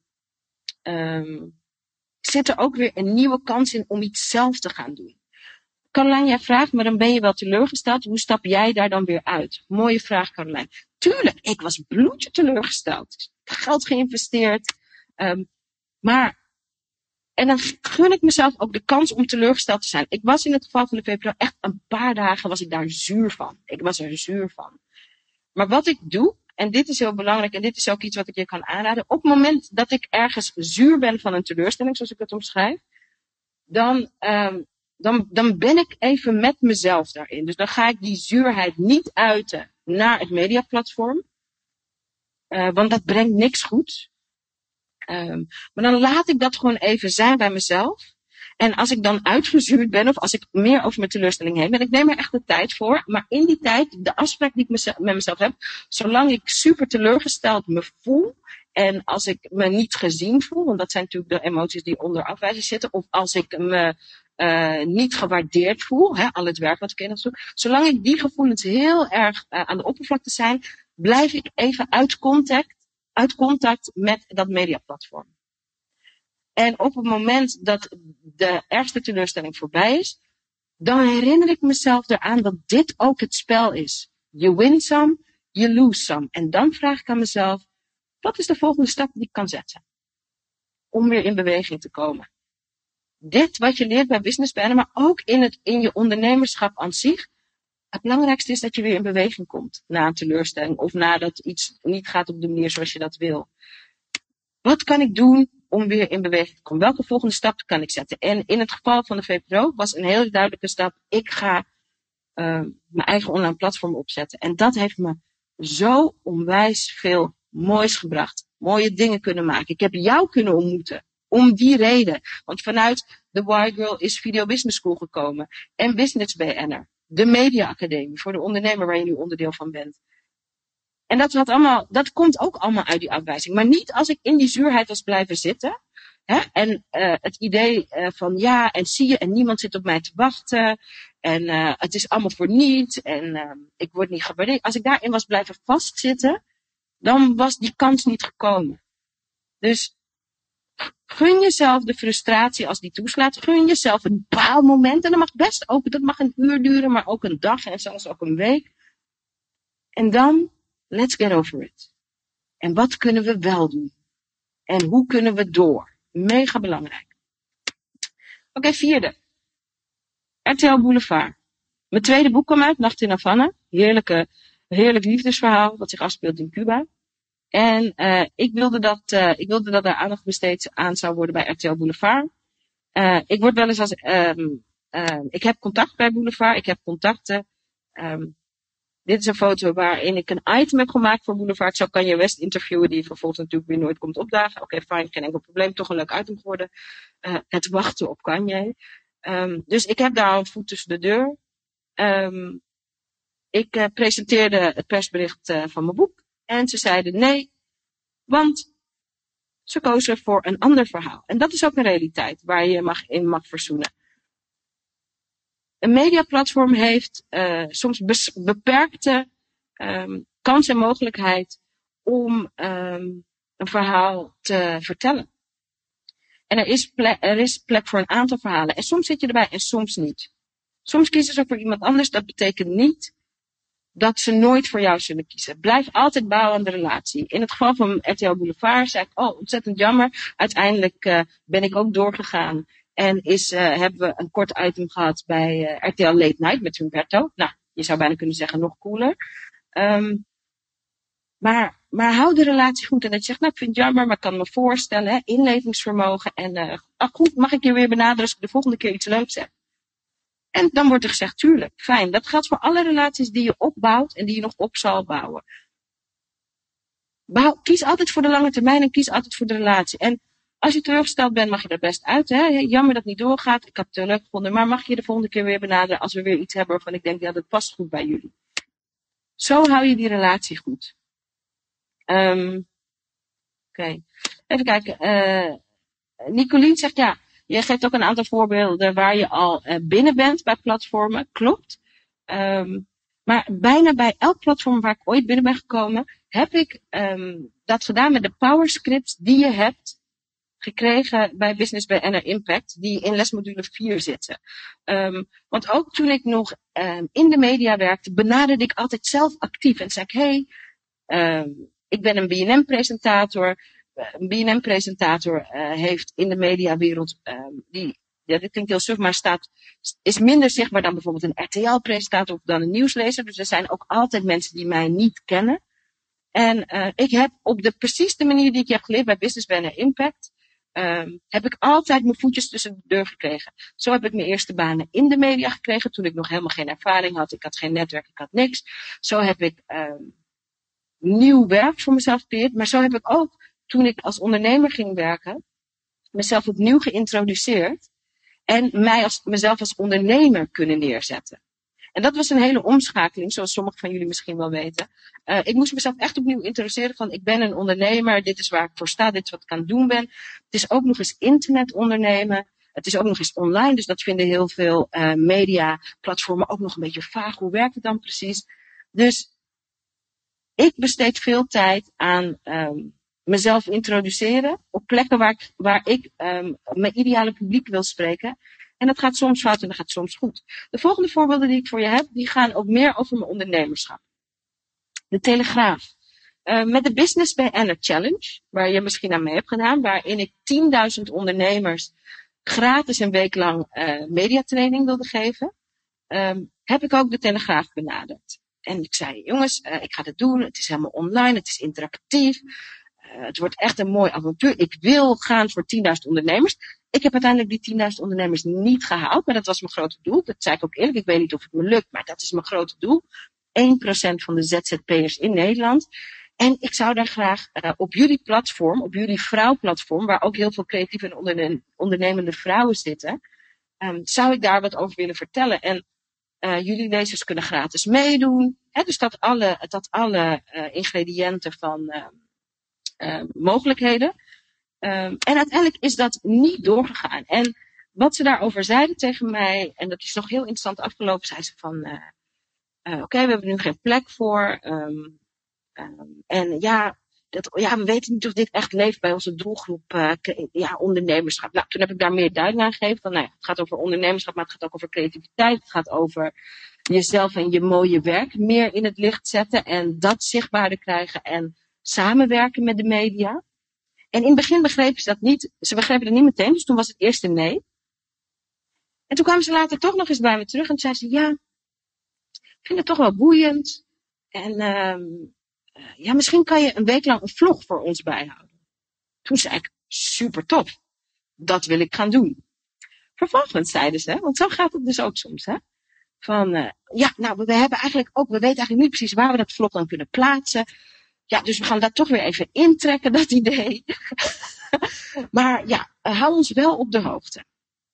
S2: um, zit er ook weer een nieuwe kans in om iets zelf te gaan doen. Caroline, jij vraagt, maar dan ben je wel teleurgesteld. Hoe stap jij daar dan weer uit? Mooie vraag, Caroline. Tuurlijk, ik was bloedje teleurgesteld. Geld geïnvesteerd. Um, maar, en dan gun ik mezelf ook de kans om teleurgesteld te zijn. Ik was in het geval van de V P R O echt een paar dagen was ik daar zuur van. Ik was er zuur van. Maar wat ik doe, en dit is heel belangrijk en dit is ook iets wat ik je kan aanraden. Op het moment dat ik ergens zuur ben van een teleurstelling, zoals ik het omschrijf. Dan, um, dan, dan ben ik even met mezelf daarin. Dus dan ga ik die zuurheid niet uiten naar het mediaplatform. Uh, want dat brengt niks goeds. Um, maar dan laat ik dat gewoon even zijn bij mezelf. En als ik dan uitgezuurd ben, of als ik meer over mijn teleurstelling heen ben, ik neem er echt de tijd voor. Maar in die tijd, de afspraak die ik mezelf, met mezelf heb, zolang ik super teleurgesteld me voel, en als ik me niet gezien voel, want dat zijn natuurlijk de emoties die onder afwijzing zitten, of als ik me uh, niet gewaardeerd voel, hè, al het werk wat ik in doe, zolang ik die gevoelens heel erg uh, aan de oppervlakte zijn, blijf ik even uit contact, uit contact met dat mediaplatform. En op het moment dat de ergste teleurstelling voorbij is, dan herinner ik mezelf eraan dat dit ook het spel is. You win some, you lose some. En dan vraag ik aan mezelf, wat is de volgende stap die ik kan zetten? Om weer in beweging te komen. Dit wat je leert bij Business B N R, maar ook in, het, in je ondernemerschap aan zich. Het belangrijkste is dat je weer in beweging komt na een teleurstelling. Of nadat iets niet gaat op de manier zoals je dat wil. Wat kan ik doen om weer in beweging te komen? Welke volgende stap kan ik zetten? En in het geval van de V P R O was een hele duidelijke stap. Ik ga uh, mijn eigen online platform opzetten. En dat heeft me zo onwijs veel moois gebracht. Mooie dingen kunnen maken. Ik heb jou kunnen ontmoeten. Om die reden. Want vanuit de Why Girl is Video Business School gekomen. En Business B N R. De Media Academie voor de ondernemer waar je nu onderdeel van bent. En dat, wat allemaal, dat komt ook allemaal uit die afwijzing. Maar niet als ik in die zuurheid was blijven zitten. Hè? En uh, het idee uh, van ja, en zie je, en niemand zit op mij te wachten. En uh, het is allemaal voor niets. En uh, ik word niet gewaardeerd. Als ik daarin was blijven vastzitten, dan was die kans niet gekomen. Dus gun jezelf de frustratie als die toeslaat. Gun jezelf een paalmoment. En dat mag best ook, dat mag een uur duren, maar ook een dag en zelfs ook een week. En dan, let's get over it. En wat kunnen we wel doen? En hoe kunnen we door? Mega belangrijk. Oké, okay, vierde. R T L Boulevard. Mijn tweede boek kwam uit, Nacht in Havana. Heerlijke, heerlijk liefdesverhaal dat zich afspeelt in Cuba. En uh, ik, wilde dat, uh, ik wilde dat er aandacht besteed aan zou worden bij R T L Boulevard. Uh, ik word wel eens als... Um, uh, ik heb contact bij Boulevard. Ik heb contacten. Um, dit is een foto waarin ik een item heb gemaakt voor Boulevard. Zo kan je West interviewen die vervolgens natuurlijk weer nooit komt opdagen. Oké, okay, fijn, geen enkel probleem. Toch een leuk item geworden. Uh, het wachten op Kanye. Um, dus ik heb daar een voet tussen de deur. Um, ik uh, presenteerde het persbericht uh, van mijn boek. En ze zeiden nee, want ze kozen voor een ander verhaal. En dat is ook een realiteit waar je mag, in mag verzoenen. Een mediaplatform heeft uh, soms bes- beperkte um, kans en mogelijkheid om um, een verhaal te vertellen. En er is, ple- er is plek voor een aantal verhalen. En soms zit je erbij en soms niet. Soms kiezen ze voor iemand anders. Dat betekent niet dat ze nooit voor jou zullen kiezen. Blijf altijd bouwen aan de relatie. In het geval van R T L Boulevard zei ik, oh, ontzettend jammer. Uiteindelijk uh, ben ik ook doorgegaan. En is, uh, hebben we een kort item gehad bij uh, R T L Late Night met Humberto. Nou, je zou bijna kunnen zeggen nog cooler. Um, maar, maar hou de relatie goed. En dat je zegt, nou, ik vind het jammer, maar ik kan me voorstellen. Hè, inlevingsvermogen. En uh, ach, goed, mag ik je weer benaderen als ik de volgende keer iets leuks heb? En dan wordt er gezegd, tuurlijk, fijn. Dat geldt voor alle relaties die je opbouwt en die je nog op zal bouwen. Bouw, kies altijd voor de lange termijn en kies altijd voor de relatie. En als je teleurgesteld bent, mag je er best uit. Hè? Jammer dat het niet doorgaat. Ik heb het leuk gevonden. Maar mag je de volgende keer weer benaderen als we weer iets hebben waarvan ik denk, ja, dat past goed bij jullie. Zo hou je die relatie goed. Um, Oké. Okay. Even kijken. Uh, Nicolien zegt, ja, je geeft ook een aantal voorbeelden waar je al uh, binnen bent bij platformen. Klopt. Um, maar bijna bij elk platform waar ik ooit binnen ben gekomen, heb ik um, dat gedaan met de power scripts die je hebt gekregen bij Business B N R Impact, die in lesmodule vier zitten. Um, want ook toen ik nog um, in de media werkte, benaderde ik altijd zelf actief. En zei ik, hey, um, ik ben een B N M-presentator. een B N M-presentator uh, heeft in de mediawereld, uh, die, ja, dit klinkt heel suf, maar staat, is minder zichtbaar dan bijvoorbeeld een R T L-presentator of dan een nieuwslezer. Dus er zijn ook altijd mensen die mij niet kennen. En uh, ik heb op de precies de manier die ik je heb geleerd bij Business Banner Impact, um, heb ik altijd mijn voetjes tussen de deur gekregen. Zo heb ik mijn eerste banen in de media gekregen, toen ik nog helemaal geen ervaring had. Ik had geen netwerk, ik had niks. Zo heb ik um, nieuw werk voor mezelf gecreëerd. Maar zo heb ik ook, toen ik als ondernemer ging werken, mezelf opnieuw geïntroduceerd. En mij als, mezelf als ondernemer kunnen neerzetten. En dat was een hele omschakeling, zoals sommigen van jullie misschien wel weten. Uh, ik moest mezelf echt opnieuw introduceren van, ik ben een ondernemer, dit is waar ik voor sta, dit is wat ik aan het doen ben. Het is ook nog eens internet ondernemen. Het is ook nog eens online, dus dat vinden heel veel uh, mediaplatformen ook nog een beetje vaag. Hoe werkt het dan precies? Dus ik besteed veel tijd aan um, mezelf introduceren op plekken waar ik, waar ik um, mijn ideale publiek wil spreken. En dat gaat soms fout en dat gaat soms goed. De volgende voorbeelden die ik voor je heb, die gaan ook meer over mijn ondernemerschap. De Telegraaf. Uh, met de Business B N R Challenge, waar je misschien aan mee hebt gedaan, waarin ik tienduizend ondernemers gratis een week lang uh, mediatraining wilde geven, um, heb ik ook de Telegraaf benaderd. En ik zei, jongens, uh, ik ga dit doen, het is helemaal online, het is interactief. Uh, het wordt echt een mooi avontuur. Ik wil gaan voor tienduizend ondernemers. Ik heb uiteindelijk die tienduizend ondernemers niet gehaald, maar dat was mijn grote doel. Dat zei ik ook eerlijk, ik weet niet of het me lukt, maar dat is mijn grote doel. één procent van de Z Z P'ers in Nederland. En ik zou daar graag uh, op jullie platform, op jullie vrouwplatform, waar ook heel veel creatieve en onderne- ondernemende vrouwen zitten, um, zou ik daar wat over willen vertellen. En uh, jullie lezers kunnen gratis meedoen. Hè, dus dat alle, dat alle uh, ingrediënten van uh, uh, mogelijkheden. Um, en uiteindelijk is dat niet doorgegaan. En wat ze daarover zeiden tegen mij, en dat is nog heel interessant afgelopen, zei ze van, uh, uh, oké, okay, we hebben nu geen plek voor. Um, um, en ja, dat, ja, we weten niet of dit echt leeft bij onze doelgroep, uh, ja, ondernemerschap. Nou, toen heb ik daar meer duiding aan gegeven. Van, nou ja, het gaat over ondernemerschap, maar het gaat ook over creativiteit. Het gaat over jezelf en je mooie werk meer in het licht zetten en dat zichtbaarder krijgen en samenwerken met de media. En in het begin begrepen ze dat niet. Ze begrepen het niet meteen, dus toen was het eerst een nee. En toen kwamen ze later toch nog eens bij me terug en toen zei ze, ja, ik vind het toch wel boeiend. En um, uh, ja, misschien kan je een week lang een vlog voor ons bijhouden. Toen zei ik, super tof. Dat wil ik gaan doen. Vervolgens zeiden ze, want zo gaat het dus ook soms, hè. Van, uh, ja, nou, we hebben eigenlijk ook, we weten eigenlijk niet precies waar we dat vlog dan kunnen plaatsen. Ja, dus we gaan dat toch weer even intrekken, dat idee. Maar ja, uh, hou ons wel op de hoogte.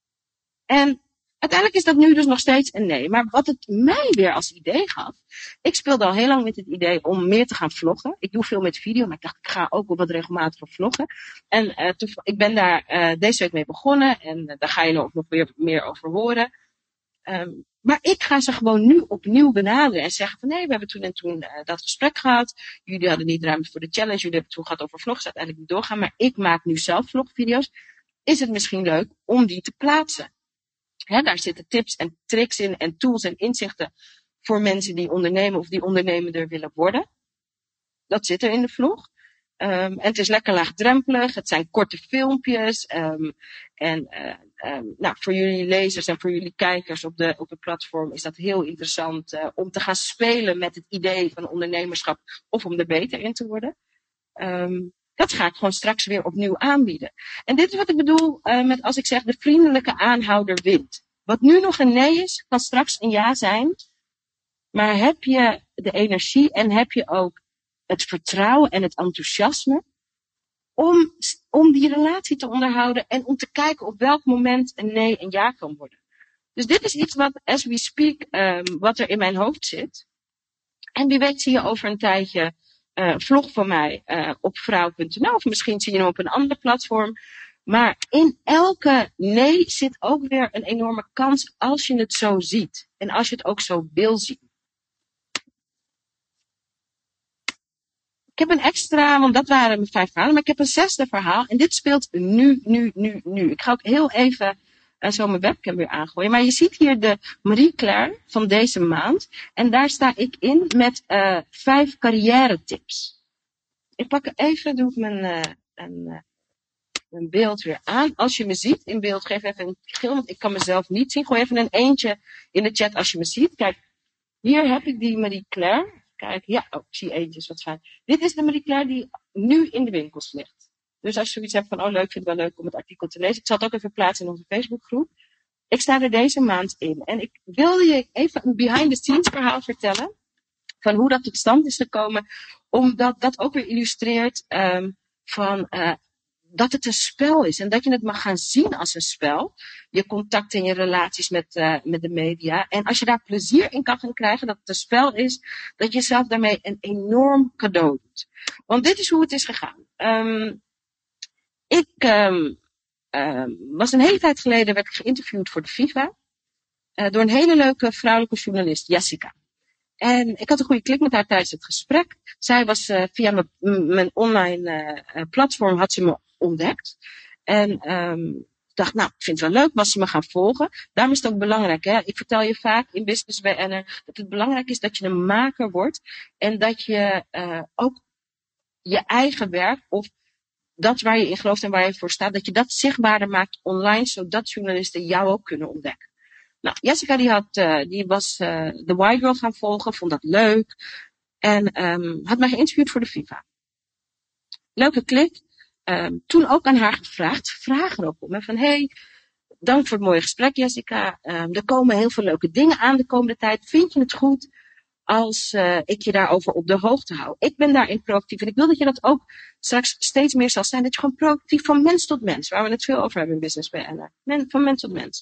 S2: En uiteindelijk is dat nu dus nog steeds een nee. Maar wat het mij weer als idee gaf. Ik speelde al heel lang met het idee om meer te gaan vloggen. Ik doe veel met video, maar ik dacht ik ga ook wel wat regelmatiger vloggen. En uh, toen, ik ben daar uh, deze week mee begonnen. En uh, daar ga je nog, nog weer meer over horen. Um, maar ik ga ze gewoon nu opnieuw benaderen en zeggen van nee, we hebben toen en toen uh, dat gesprek gehad. Jullie hadden niet ruimte voor de challenge. Jullie hebben het toen gehad over vlogs, uiteindelijk niet doorgaan. Maar ik maak nu zelf vlogvideo's. Is het misschien leuk om die te plaatsen? Hè, daar zitten tips en tricks in en tools en inzichten voor mensen die ondernemen of die ondernemender willen worden. Dat zit er in de vlog. Um, en het is lekker laagdrempelig. Het zijn korte filmpjes. Um, en uh, um, nou, voor jullie lezers en voor jullie kijkers op de, op het platform is dat heel interessant uh, om te gaan spelen met het idee van ondernemerschap of om er beter in te worden. Um, dat ga ik gewoon straks weer opnieuw aanbieden. En dit is wat ik bedoel uh, met als ik zeg de vriendelijke aanhouder wint. Wat nu nog een nee is, kan straks een ja zijn. Maar heb je de energie en heb je ook het vertrouwen en het enthousiasme om, om die relatie te onderhouden en om te kijken op welk moment een nee een ja kan worden. Dus dit is iets wat, as we speak, um, wat er in mijn hoofd zit. En wie weet zie je over een tijdje uh, een vlog van mij uh, op vrouw punt n l of misschien zie je hem op een ander platform. Maar in elke nee zit ook weer een enorme kans als je het zo ziet. En als je het ook zo wil zien. Ik heb een extra, want dat waren mijn vijf verhalen, maar ik heb een zesde verhaal. En dit speelt nu, nu, nu, nu. Ik ga ook heel even uh, zo mijn webcam weer aangooien. Maar je ziet hier de Marie Claire van deze maand. En daar sta ik in met uh, vijf carrière tips. Ik pak er even, doe ik mijn uh, een, uh, een beeld weer aan. Als je me ziet in beeld, geef even een gil, want ik kan mezelf niet zien. Gooi even een eentje in de chat als je me ziet. Kijk, hier heb ik die Marie Claire. Kijk, ja, oh, ik zie eentjes, wat fijn. Dit is de Marie Claire die nu in de winkels ligt. Dus als je zoiets hebt van, oh leuk, vind het wel leuk om het artikel te lezen. Ik zal het ook even plaatsen in onze Facebookgroep. Ik sta er deze maand in. En ik wilde je even een behind the scenes verhaal vertellen. Van hoe dat tot stand is gekomen. Omdat dat ook weer illustreert um, van uh, dat het een spel is. En dat je het mag gaan zien als een spel. Je contact en je relaties met, uh, met de media. En als je daar plezier in kan gaan krijgen, dat het een spel is. Dat je zelf daarmee een enorm cadeau doet. Want dit is hoe het is gegaan. Um, ik um, um, was een hele tijd geleden werd ik geïnterviewd voor de FIFA. Uh, door een hele leuke vrouwelijke journalist, Jessica. En ik had een goede klik met haar tijdens het gesprek. Zij was uh, via mijn online uh, platform had ze me ontdekt. En um, ik dacht, nou, ik vind het wel leuk, was ze me gaan volgen. Daarom is het ook belangrijk, hè. Ik vertel je vaak in Business B N R dat het belangrijk is dat je een maker wordt. En dat je uh, ook je eigen werk of dat waar je in gelooft en waar je voor staat, dat je dat zichtbaarder maakt online, zodat journalisten jou ook kunnen ontdekken. Nou, Jessica die, had, uh, die was uh, de Y-Girl gaan volgen, vond dat leuk. En um, had mij geïnterviewd voor de FIFA. Leuke klik. Um, toen ook aan haar gevraagd, vraag erop om. Hè, van, hey, dank voor het mooie gesprek Jessica. Um, er komen heel veel leuke dingen aan de komende tijd. Vind je het goed als uh, ik je daarover op de hoogte hou? Ik ben daarin proactief. En ik wil dat je dat ook straks steeds meer zal zijn. Dat je gewoon proactief van mens tot mens, waar we het veel over hebben in Business B N R. Men, van mens tot mens.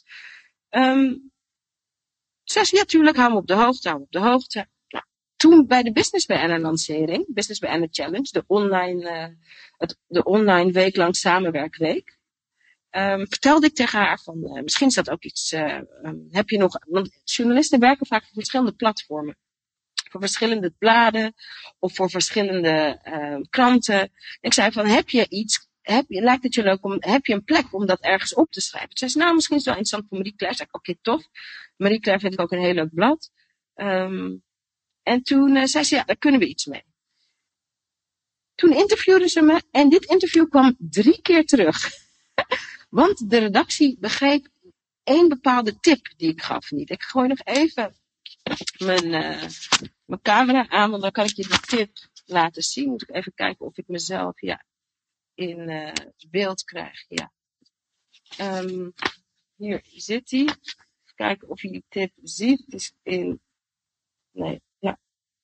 S2: Um, Ze zei, ja, tuurlijk, hou me op de hoogte, hou me op de hoogte. Nou, toen bij de Business B N R lancering, Business B N R Challenge, de online, uh, het, de online weeklang samenwerkweek, um, vertelde ik tegen haar van, uh, misschien is dat ook iets, uh, um, heb je nog, want journalisten werken vaak voor verschillende platformen. Voor verschillende bladen, of voor verschillende uh, kranten. Ik zei van, heb je iets, heb je, lijkt het je leuk om, heb je een plek om dat ergens op te schrijven? Ze zei, nou, misschien is het wel interessant voor Marie Claire. Zei ik, oké, okay, tof. Marie Claire vind ik ook een heel leuk blad. Um, en toen uh, zei ze, ja, daar kunnen we iets mee. Toen interviewde ze me en dit interview kwam drie keer terug. Want de redactie begreep één bepaalde tip die ik gaf niet. Ik gooi nog even mijn, uh, mijn camera aan, want dan kan ik je die tip laten zien. Moet ik even kijken of ik mezelf ja, in uh, beeld krijg. Ja. Um, hier zit hij. Kijken of je die tip ziet. Het is in. Nee, ja.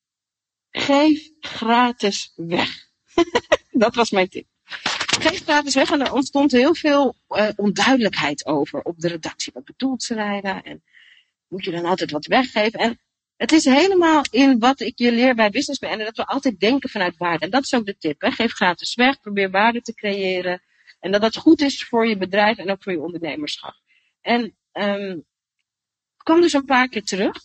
S2: Geef gratis weg. Dat was mijn tip. Geef gratis weg. En er ontstond heel veel uh, onduidelijkheid over op de redactie. Wat bedoelt Sarayda? En moet je dan altijd wat weggeven? En het is helemaal in wat ik je leer bij Business B N R, dat we altijd denken vanuit waarde. En dat is ook de tip. Hè? Geef gratis weg. Probeer waarde te creëren. En dat dat goed is voor je bedrijf en ook voor je ondernemerschap. En um, kwam dus een paar keer terug.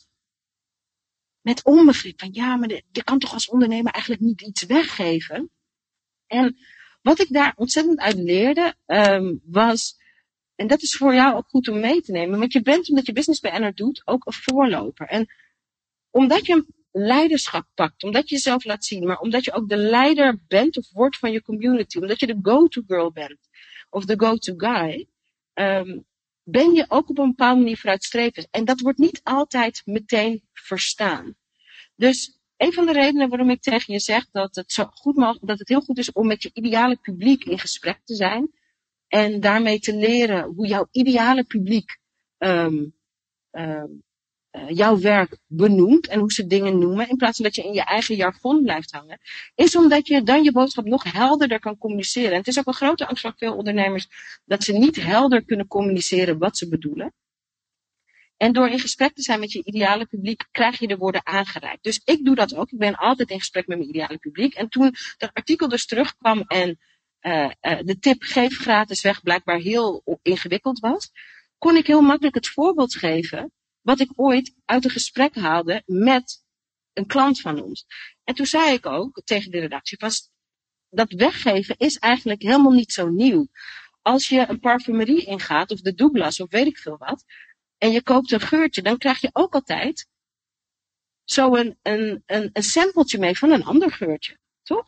S2: Met onbegrip. Van ja, maar je kan toch als ondernemer eigenlijk niet iets weggeven. En wat ik daar ontzettend uit leerde, um, was, en dat is voor jou ook goed om mee te nemen, want je bent, omdat je Business B N R doet, ook een voorloper. En omdat je een leiderschap pakt, omdat je jezelf laat zien, maar omdat je ook de leider bent of wordt van je community, omdat je de go-to girl bent, of de go-to guy, um, ben je ook op een bepaalde manier vooruitstrevend. En dat wordt niet altijd meteen verstaan. Dus een van de redenen waarom ik tegen je zeg dat het, zo goed mogelijk, dat het heel goed is om met je ideale publiek in gesprek te zijn. En daarmee te leren hoe jouw ideale publiek um, um, uh, jouw werk benoemt en hoe ze dingen noemen. In plaats van dat je in je eigen jargon blijft hangen. Is omdat je dan je boodschap nog helderder kan communiceren. En het is ook een grote angst van veel ondernemers dat ze niet helder kunnen communiceren wat ze bedoelen. En door in gesprek te zijn met je ideale publiek, krijg je de woorden aangereikt. Dus ik doe dat ook. Ik ben altijd in gesprek met mijn ideale publiek. En toen dat artikel dus terugkwam en uh, uh, de tip geef gratis weg blijkbaar heel ingewikkeld was, kon ik heel makkelijk het voorbeeld geven wat ik ooit uit een gesprek haalde met een klant van ons. En toen zei ik ook tegen de redactie, was, dat weggeven is eigenlijk helemaal niet zo nieuw. Als je een parfumerie ingaat, of de Douglas, of weet ik veel wat, en je koopt een geurtje, dan krijg je ook altijd zo een, een, een, een sampletje mee van een ander geurtje. Toch?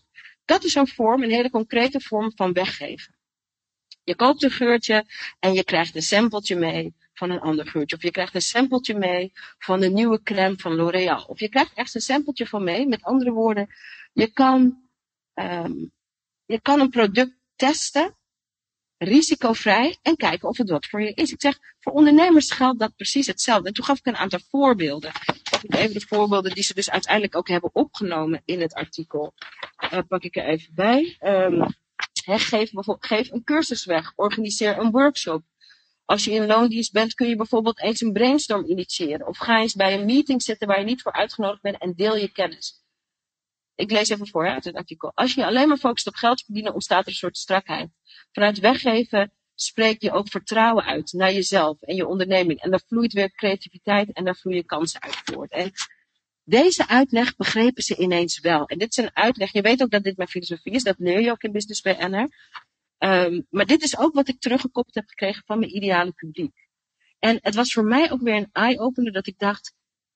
S2: Dat is een vorm, een hele concrete vorm van weggeven. Je koopt een geurtje en je krijgt een sampletje mee van een ander geurtje. Of je krijgt een sampletje mee van een nieuwe crème van L'Oréal. Of je krijgt echt een sampletje van mee. Met andere woorden, je kan, um, je kan een product testen, risicovrij, en kijken of het wat voor je is. Ik zeg, voor ondernemers geldt dat precies hetzelfde. En toen gaf ik een aantal voorbeelden. Pak ik even de voorbeelden die ze dus uiteindelijk ook hebben opgenomen in het artikel. Uh, pak ik er even bij. Um, he, geef, geef een cursus weg. Organiseer een workshop. Als je in loondienst bent, kun je bijvoorbeeld eens een brainstorm initiëren. Of ga eens bij een meeting zitten waar je niet voor uitgenodigd bent en deel je kennis. Ik lees even voor hè, uit het artikel. Als je je alleen maar focust op geld verdienen, ontstaat er een soort strakheid. Vanuit weggeven spreek je ook vertrouwen uit naar jezelf en je onderneming. En daar vloeit weer creativiteit en daar vloeien kansen uit voort. En deze uitleg begrepen ze ineens wel. En dit is een uitleg, je weet ook dat dit mijn filosofie is, dat leer je ook in Business B N R. Um, maar dit is ook wat ik teruggekoppeld heb gekregen van mijn ideale publiek. En het was voor mij ook weer een eye-opener dat ik dacht,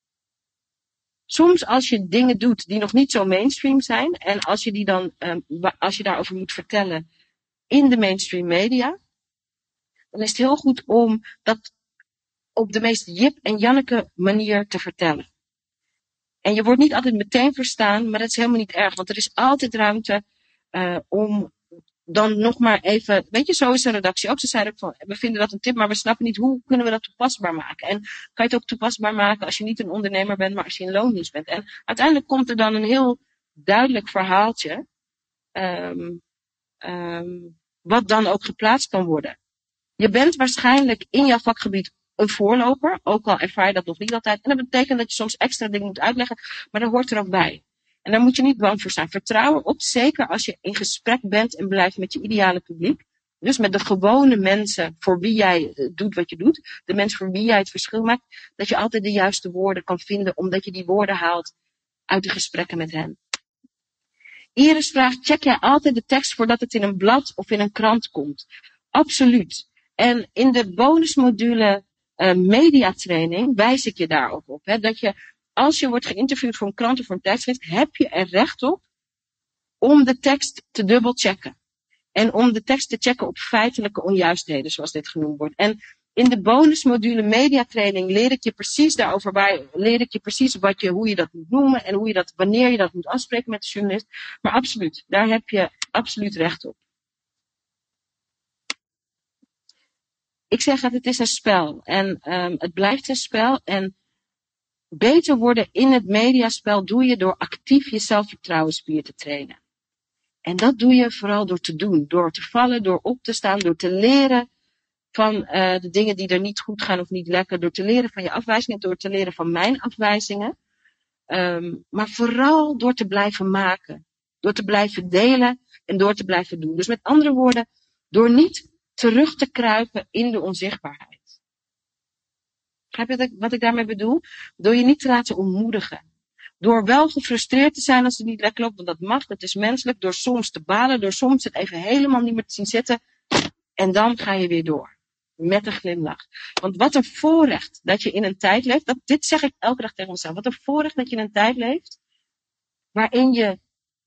S2: soms als je dingen doet die nog niet zo mainstream zijn, en als je die dan, um, als je daarover moet vertellen in de mainstream media, dan is het heel goed om dat op de meest Jip en Janneke manier te vertellen. En je wordt niet altijd meteen verstaan, maar dat is helemaal niet erg, want er is altijd ruimte uh, om dan nog maar even, weet je, zo is de redactie ook. Ze zeiden ook van, we vinden dat een tip, maar we snappen niet hoe kunnen we dat toepasbaar maken. En kan je het ook toepasbaar maken als je niet een ondernemer bent, maar als je in loondienst bent. En uiteindelijk komt er dan een heel duidelijk verhaaltje, um, um, wat dan ook geplaatst kan worden. Je bent waarschijnlijk in jouw vakgebied een voorloper, ook al ervaar je dat nog niet altijd. En dat betekent dat je soms extra dingen moet uitleggen, maar dat hoort er ook bij. En daar moet je niet bang voor zijn. Vertrouw erop, zeker als je in gesprek bent en blijft met je ideale publiek. Dus met de gewone mensen voor wie jij doet wat je doet. De mensen voor wie jij het verschil maakt. Dat je altijd de juiste woorden kan vinden, omdat je die woorden haalt uit de gesprekken met hen. Iris vraagt, check jij altijd de tekst voordat het in een blad of in een krant komt? Absoluut. En in de bonusmodule uh, mediatraining wijs ik je daar ook op. Hè, dat je, als je wordt geïnterviewd voor een krant of voor een tijdschrift, heb je er recht op om de tekst te dubbelchecken. En om de tekst te checken op feitelijke onjuistheden, zoals dit genoemd wordt. En in de bonusmodule mediatraining leer ik je precies daarover, waar, leer ik je precies wat je, hoe je dat moet noemen en hoe je dat, wanneer je dat moet afspreken met de journalist. Maar absoluut, daar heb je absoluut recht op. Ik zeg dat het is een spel en um, het blijft een spel en beter worden in het mediaspel doe je door actief je zelfvertrouwensspier te trainen. En dat doe je vooral door te doen, door te vallen, door op te staan, door te leren van uh, de dingen die er niet goed gaan of niet lekker, door te leren van je afwijzingen, door te leren van mijn afwijzingen. Um, maar vooral door te blijven maken, door te blijven delen en door te blijven doen. Dus met andere woorden, door niet terug te kruipen in de onzichtbaarheid. Begrijp je wat ik daarmee bedoel? Door je niet te laten ontmoedigen. Door wel gefrustreerd te zijn als het niet lekker loopt, want dat mag, dat is menselijk. Door soms te balen, door soms het even helemaal niet meer te zien zitten. En dan ga je weer door. Met een glimlach. Want wat een voorrecht dat je in een tijd leeft. Dat, dit zeg ik elke dag tegen mezelf. Wat een voorrecht dat je in een tijd leeft. Waarin je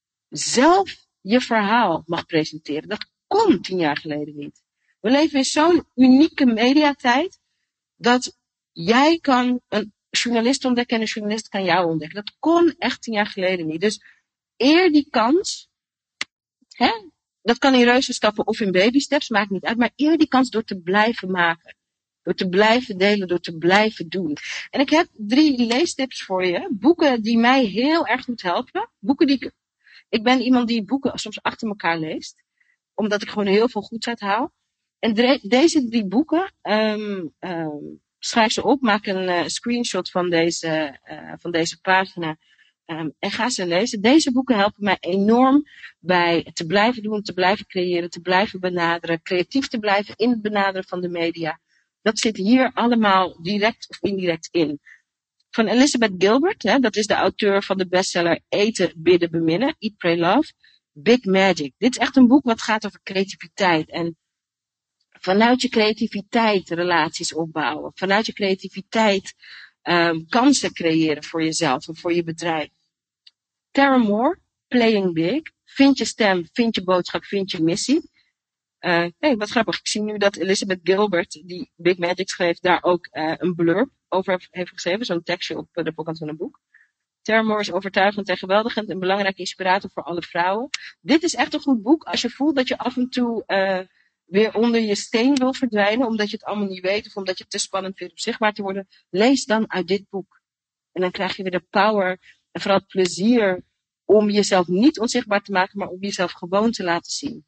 S2: zelf je verhaal mag presenteren. Dat kon tien jaar geleden niet. We leven in zo'n unieke mediatijd. Dat jij kan een journalist ontdekken en een journalist kan jou ontdekken. Dat kon echt tien jaar geleden niet. Dus eer die kans. Hè? Dat kan in reuzenstappen of in babysteps, maakt niet uit. Maar eer die kans door te blijven maken. Door te blijven delen, door te blijven doen. En ik heb drie leestips voor je. Boeken die mij heel erg goed helpen. Boeken die ik... Ik ben iemand die boeken soms achter elkaar leest. Omdat ik gewoon heel veel goeds uithaal. En de, deze drie boeken, um, um, schrijf ze op, maak een uh, screenshot van deze, uh, van deze pagina um, en ga ze lezen. Deze boeken helpen mij enorm bij te blijven doen, te blijven creëren, te blijven benaderen, creatief te blijven in het benaderen van de media. Dat zit hier allemaal direct of indirect in. Van Elizabeth Gilbert, hè, dat is de auteur van de bestseller Eten, Bidden, Beminnen, Eat, Pray, Love, Big Magic. Dit is echt een boek wat gaat over creativiteit en vanuit je creativiteit relaties opbouwen. Vanuit je creativiteit um, kansen creëren voor jezelf en voor je bedrijf. Tara Moore, Playing Big. vind je stem, vind je boodschap, vind je missie. Uh, hey, wat grappig. Ik zie nu dat Elizabeth Gilbert, die Big Magic schreef, daar ook uh, een blurb over heeft geschreven. Zo'n tekstje op uh, de voorkant van een boek. Termor is overtuigend en geweldigend. Een belangrijke inspirator voor alle vrouwen. Dit is echt een goed boek. Als je voelt dat je af en toe uh, weer onder je steen wil verdwijnen. Omdat je het allemaal niet weet. Of omdat je het te spannend vindt om zichtbaar te worden. Lees dan uit dit boek. En dan krijg je weer de power en vooral het plezier om jezelf niet onzichtbaar te maken. Maar om jezelf gewoon te laten zien.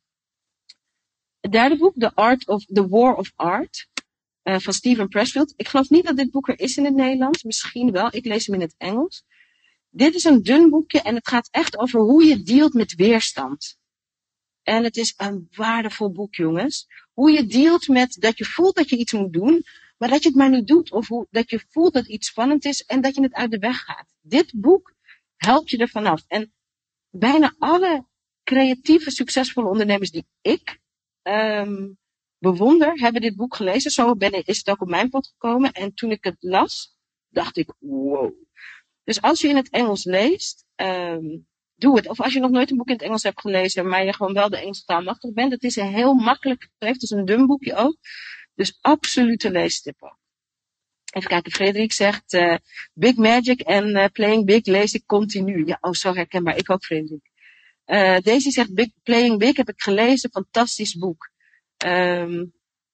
S2: Het derde boek, The, Art of, The War of Art. Uh, van Steven Pressfield. Ik geloof niet dat dit boek er is in het Nederlands. Misschien wel. Ik lees hem in het Engels. Dit is een dun boekje en het gaat echt over hoe je dealt met weerstand. En het is een waardevol boek, jongens. Hoe je dealt met dat je voelt dat je iets moet doen, maar dat je het maar niet doet. Of hoe, dat je voelt dat iets spannend is en dat je het uit de weg gaat. Dit boek helpt je er vanaf. En bijna alle creatieve, succesvolle ondernemers die ik um, bewonder, hebben dit boek gelezen. Zo ben ik, is het ook op mijn pad gekomen. En toen ik het las, dacht ik, wow. Dus als je in het Engels leest, um, doe het. Of als je nog nooit een boek in het Engels hebt gelezen, maar je gewoon wel de Engelse taal machtig bent. Het is een heel makkelijk geschreven. Het is een dun boekje ook. Dus absolute leestip ook. Even kijken, Frederik zegt, uh, Big Magic en uh, Playing Big lees ik continu. Ja, oh, zo herkenbaar. Ik ook, Frederik. Uh, Daisy zegt, Big, Playing Big heb ik gelezen. Fantastisch boek. Um,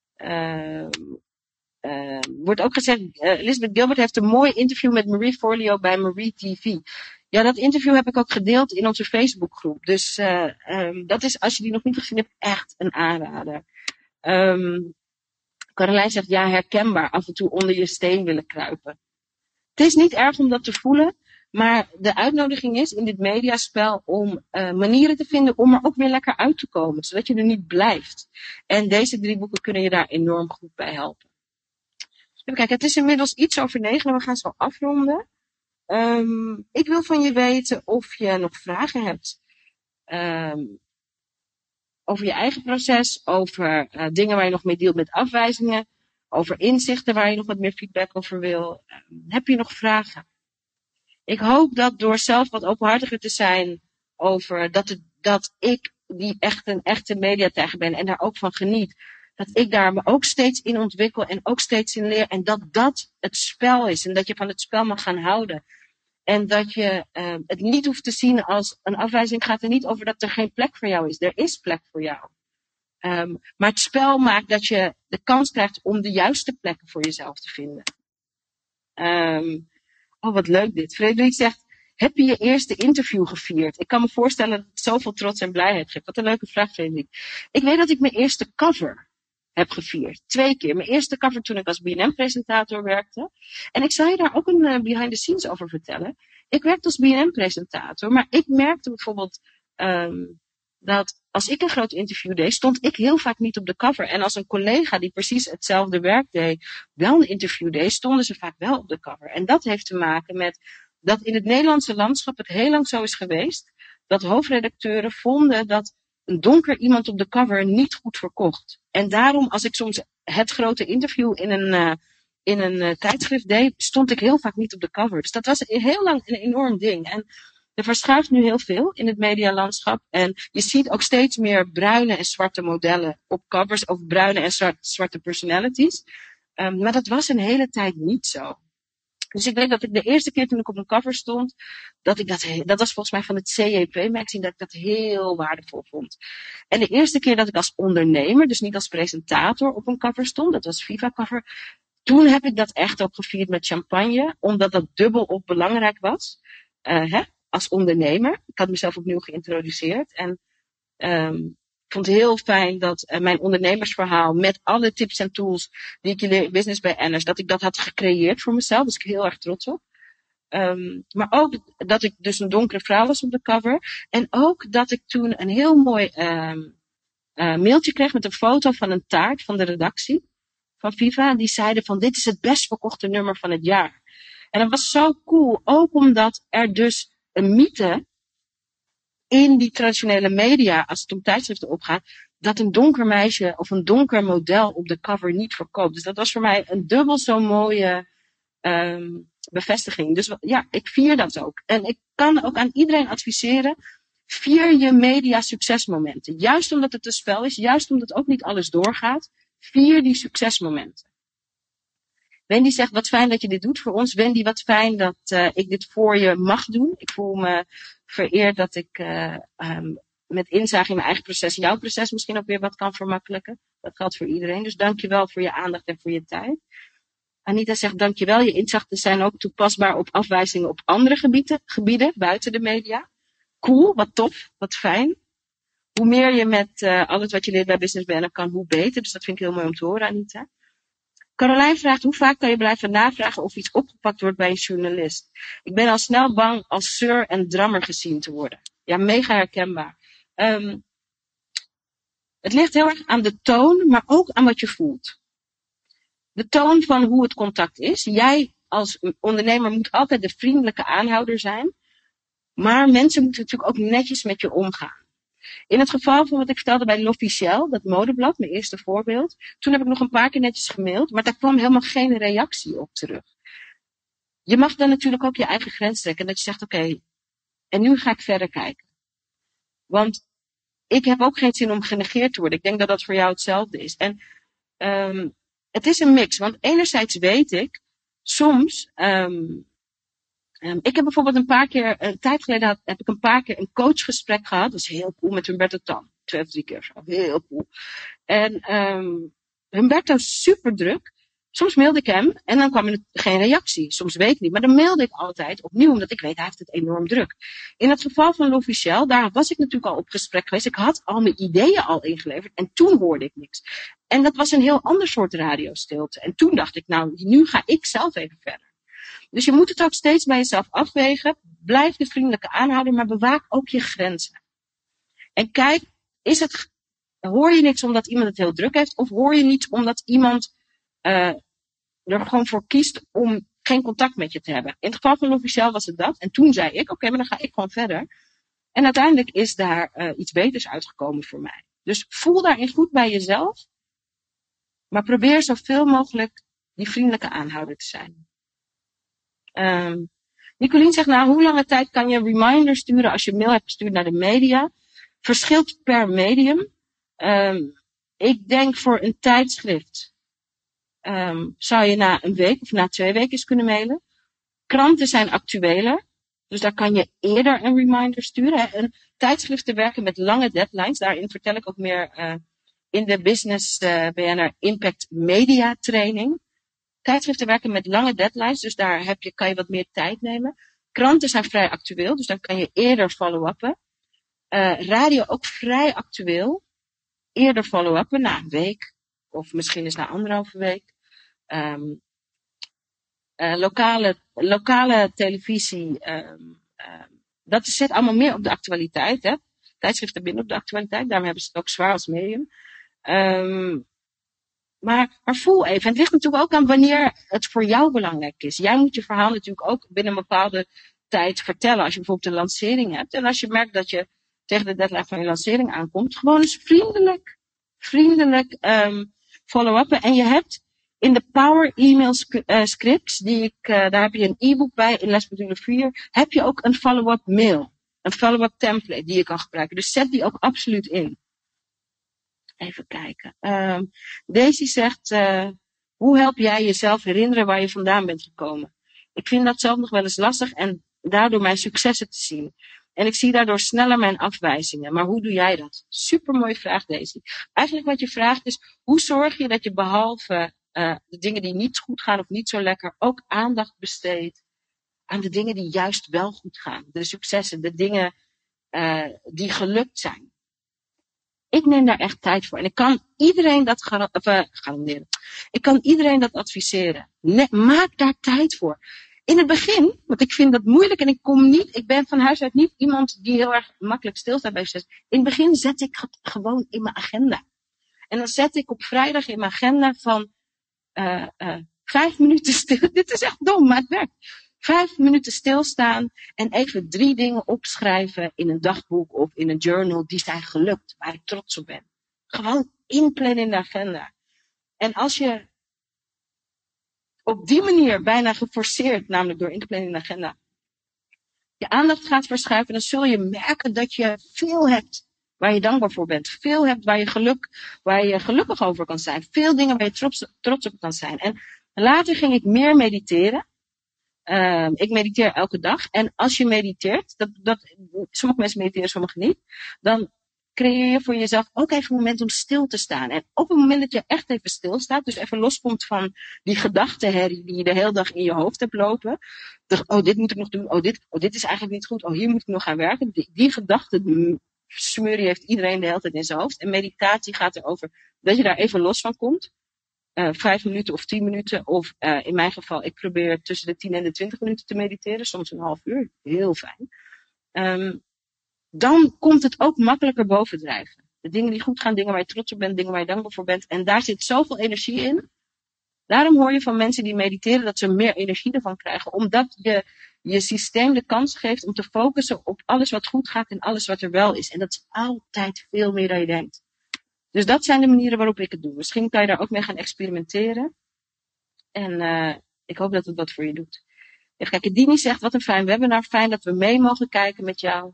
S2: uh, Uh, wordt ook gezegd, uh, Elizabeth Gilbert heeft een mooi interview met Marie Forleo bij Marie T V. Ja, dat interview heb ik ook gedeeld in onze Facebookgroep. Dus uh, um, dat is, als je die nog niet gezien hebt, echt een aanrader. Um, Caroline zegt, ja, herkenbaar, af en toe onder je steen willen kruipen. Het is niet erg om dat te voelen, maar de uitnodiging is in dit mediaspel om uh, manieren te vinden om er ook weer lekker uit te komen, zodat je er niet blijft. En deze drie boeken kunnen je daar enorm goed bij helpen. Even kijken, het is inmiddels iets over negen en we gaan zo afronden. Um, ik wil van je weten of je nog vragen hebt um, over je eigen proces, over uh, dingen waar je nog mee dealt met afwijzingen, over inzichten waar je nog wat meer feedback over wil. Um, heb je nog vragen? Ik hoop dat door zelf wat openhartiger te zijn over dat, het, dat ik die echt een echte mediatijger ben en daar ook van geniet. Dat ik daar me ook steeds in ontwikkel en ook steeds in leer. En dat dat het spel is. En dat je van het spel mag gaan houden. En dat je uh, het niet hoeft te zien als een afwijzing. Gaat er niet over dat er geen plek voor jou is. Er is plek voor jou. Um, maar het spel maakt dat je de kans krijgt om de juiste plekken voor jezelf te vinden. Um, oh, wat leuk dit. Frederik zegt, heb je je eerste interview gevierd? Ik kan me voorstellen dat het zoveel trots en blijheid geeft. Wat een leuke vraag, Frederik. Ik weet dat ik mijn eerste cover heb gevierd. Twee keer. Mijn eerste cover toen ik als B N M-presentator werkte. En ik zal je daar ook een uh, behind the scenes over vertellen. Ik werkte als B N M-presentator, maar ik merkte bijvoorbeeld um, dat als ik een groot interview deed, stond ik heel vaak niet op de cover. En als een collega die precies hetzelfde werk deed, wel een interview deed, stonden ze vaak wel op de cover. En dat heeft te maken met dat in het Nederlandse landschap het heel lang zo is geweest, dat hoofdredacteuren vonden dat een donker iemand op de cover niet goed verkocht. En daarom, als ik soms het grote interview in een, uh, in een uh, tijdschrift deed, stond ik heel vaak niet op de cover. Dus dat was heel lang een enorm ding. En er verschuift nu heel veel in het medialandschap. En je ziet ook steeds meer bruine en zwarte modellen op covers, of bruine en zwart, zwarte personalities. Um, maar dat was een hele tijd niet zo. Dus ik weet dat ik de eerste keer toen ik op een cover stond, dat ik dat, dat was volgens mij van het C J P magazine, dat ik dat heel waardevol vond. En de eerste keer dat ik als ondernemer, dus niet als presentator, op een cover stond, dat was Viva cover, toen heb ik dat echt ook gevierd met champagne, omdat dat dubbel op belangrijk was, uh, hè, als ondernemer. Ik had mezelf opnieuw geïntroduceerd en um, ik vond het heel fijn dat uh, mijn ondernemersverhaal met alle tips en tools die ik leer in Business bij Enners, dat ik dat had gecreëerd voor mezelf. Daar was ik heel erg trots op. Um, maar ook dat ik dus een donkere vrouw was op de cover. En ook dat ik toen een heel mooi um, uh, mailtje kreeg met een foto van een taart van de redactie van Viva. Die zeiden van dit is het best verkochte nummer van het jaar. En dat was zo cool. Ook omdat er dus een mythe in die traditionele media, als het om tijdschriften opgaat, dat een donker meisje of een donker model op de cover niet verkoopt. Dus dat was voor mij een dubbel zo mooie um, bevestiging. Dus ja, ik vier dat ook. En ik kan ook aan iedereen adviseren, Vier je media succesmomenten. Juist omdat het een spel is, juist omdat ook niet alles doorgaat. Vier die succesmomenten. Wendy zegt, wat fijn dat je dit doet voor ons. Wendy, wat fijn dat uh, ik dit voor je mag doen. Ik voel me vereerd dat ik uh, um, met inzage in mijn eigen proces, jouw proces misschien ook weer wat kan vermakkelijken. Dat geldt voor iedereen. Dus dankjewel voor je aandacht en voor je tijd. Anita zegt, dankjewel. Je inzichten zijn ook toepasbaar op afwijzingen op andere gebieden, gebieden buiten de media. Cool, wat tof, wat fijn. Hoe meer je met uh, alles wat je leert bij Business B N R kan, hoe beter. Dus dat vind ik heel mooi om te horen, Anita. Caroline vraagt, hoe vaak kan je blijven navragen of iets opgepakt wordt bij een journalist? Ik ben al snel bang als zeur en drammer gezien te worden. Ja, mega herkenbaar. Um, het ligt heel erg aan de toon, maar ook aan wat je voelt. De toon van hoe het contact is. Jij als ondernemer moet altijd de vriendelijke aanhouder zijn. Maar mensen moeten natuurlijk ook netjes met je omgaan. In het geval van wat ik vertelde bij L'Officiel, dat modeblad, mijn eerste voorbeeld. Toen heb ik nog een paar keer netjes gemaild, maar daar kwam helemaal geen reactie op terug. Je mag dan natuurlijk ook je eigen grens trekken. Dat je zegt, oké, okay, en nu ga ik verder kijken. Want ik heb ook geen zin om genegeerd te worden. Ik denk dat dat voor jou hetzelfde is. En um, het is een mix. Want enerzijds weet ik, soms... Um, Um, ik heb bijvoorbeeld een paar keer, een tijd geleden had, heb ik een paar keer een coachgesprek gehad. Dat is heel cool met Humberto Tan. Twee of drie keer zo. Heel cool. En um, Humberto is super druk. Soms mailde ik hem en dan kwam er geen reactie. Soms weet ik niet. Maar dan mailde ik altijd opnieuw, omdat ik weet, hij heeft het enorm druk. In het geval van L'Officiel, daar was ik natuurlijk al op gesprek geweest. Ik had al mijn ideeën al ingeleverd en toen hoorde ik niks. En dat was een heel ander soort radiostilte. En toen dacht ik, nou, nu ga ik zelf even verder. Dus je moet het ook steeds bij jezelf afwegen. Blijf de vriendelijke aanhouder, maar bewaak ook je grenzen. En kijk, is het, hoor je niks omdat iemand het heel druk heeft? Of hoor je niets omdat iemand uh, er gewoon voor kiest om geen contact met je te hebben? In het geval van L'Officiel was het dat. En toen zei ik, oké, okay, maar dan ga ik gewoon verder. En uiteindelijk is daar uh, iets beters uitgekomen voor mij. Dus voel daarin goed bij jezelf. Maar probeer zoveel mogelijk die vriendelijke aanhouder te zijn. Um, Nicolien zegt, nou, hoe lange tijd kan je een reminder sturen als je mail hebt gestuurd naar de media? Verschilt per medium. Um, ik denk voor een tijdschrift um, zou je na een week of na twee weken eens kunnen mailen. Kranten zijn actueler, dus daar kan je eerder een reminder sturen. En tijdschriften werken met lange deadlines. Daarin vertel ik ook meer uh, in de Business uh, B N R Impact Media Training. Tijdschriften werken met lange deadlines, dus daar heb je, kan je wat meer tijd nemen. Kranten zijn vrij actueel, dus dan kan je eerder follow-uppen. Uh, radio ook vrij actueel. Eerder follow-uppen, na een week. Of misschien eens na anderhalve week. Um, uh, lokale, lokale televisie, um, um, dat zit allemaal meer op de actualiteit. Hè? Tijdschriften binnen op de actualiteit, daarom hebben ze het ook zwaar als medium. Um, Maar, maar voel even. En het ligt natuurlijk ook aan wanneer het voor jou belangrijk is. Jij moet je verhaal natuurlijk ook binnen een bepaalde tijd vertellen. Als je bijvoorbeeld een lancering hebt. En als je merkt dat je tegen de deadline van je lancering aankomt. Gewoon eens vriendelijk, vriendelijk um, follow-uppen. En je hebt in de Power E-mail uh, scripts, die ik, uh, daar heb je een e-book bij in lesmodule vier. Heb je ook een follow-up mail. Een follow-up template die je kan gebruiken. Dus zet die ook absoluut in. Even kijken. Um, Daisy zegt, uh, hoe help jij jezelf herinneren waar je vandaan bent gekomen? Ik vind dat zelf nog wel eens lastig en daardoor mijn successen te zien. En ik zie daardoor sneller mijn afwijzingen. Maar hoe doe jij dat? Supermooie vraag, Daisy. Eigenlijk wat je vraagt is, hoe zorg je dat je behalve uh, de dingen die niet goed gaan of niet zo lekker, ook aandacht besteedt aan de dingen die juist wel goed gaan. De successen, de dingen uh, die gelukt zijn. Ik neem daar echt tijd voor. En ik kan iedereen dat gar- of, uh, garanderen. Ik kan iedereen dat adviseren. Ne- maak daar tijd voor. In het begin, want ik vind dat moeilijk en ik kom niet, ik ben van huis uit niet iemand die heel erg makkelijk stilstaat bij succes. In het begin zet ik het gewoon in mijn agenda. En dan zet ik op vrijdag in mijn agenda van uh, uh, vijf minuten stil. Dit is echt dom, maar het werkt. Vijf minuten stilstaan en even drie dingen opschrijven in een dagboek of in een journal die zijn gelukt, waar ik trots op ben. Gewoon inplannen in de agenda. En als je op die manier bijna geforceerd, namelijk door in te plannen in de agenda, je aandacht gaat verschuiven, dan zul je merken dat je veel hebt waar je dankbaar voor bent. Veel hebt waar je, geluk, waar je gelukkig over kan zijn. Veel dingen waar je trots, trots op kan zijn. En later ging ik meer mediteren. Uh, ik mediteer elke dag. En als je mediteert, dat, dat, sommige mensen mediteren, sommige niet. Dan creëer je voor jezelf ook even een moment om stil te staan. En op het moment dat je echt even stilstaat, dus even loskomt van die gedachtenherrie die je de hele dag in je hoofd hebt lopen. Dacht, oh, dit moet ik nog doen. Oh, dit, oh, dit is eigenlijk niet goed. Oh, hier moet ik nog gaan werken. Die, die gedachten smeurie heeft iedereen de hele tijd in zijn hoofd. En meditatie gaat erover dat je daar even los van komt. Uh, vijf minuten of tien minuten. Of uh, in mijn geval, ik probeer tussen de tien en de twintig minuten te mediteren. Soms een half uur. Heel fijn. Um, dan komt het ook makkelijker bovendrijven. De dingen die goed gaan, dingen waar je trots op bent, dingen waar je dankbaar voor bent. En daar zit zoveel energie in. Daarom hoor je van mensen die mediteren dat ze meer energie ervan krijgen. Omdat je je systeem de kans geeft om te focussen op alles wat goed gaat en alles wat er wel is. En dat is altijd veel meer dan je denkt. Dus dat zijn de manieren waarop ik het doe. Misschien kan je daar ook mee gaan experimenteren. En uh, ik hoop dat het wat voor je doet. Even kijken, Dini zegt, wat een fijn webinar. Fijn dat we mee mogen kijken met jou.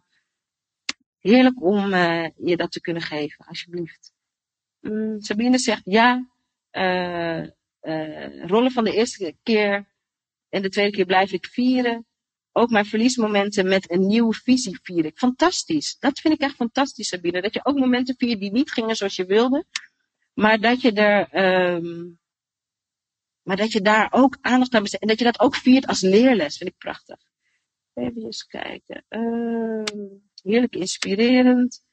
S2: Heerlijk om uh, je dat te kunnen geven, alsjeblieft. Mm, Sabine zegt, ja, uh, uh, rollen van de eerste keer en de tweede keer blijf ik vieren. Ook mijn verliesmomenten met een nieuwe visie vier ik. Fantastisch. Dat vind ik echt fantastisch, Sabine. Dat je ook momenten viert die niet gingen zoals je wilde. Maar dat je er, um, maar dat je daar ook aandacht aan besteedt. En dat je dat ook viert als leerles. Vind ik prachtig. Even eens kijken. Um, heerlijk inspirerend.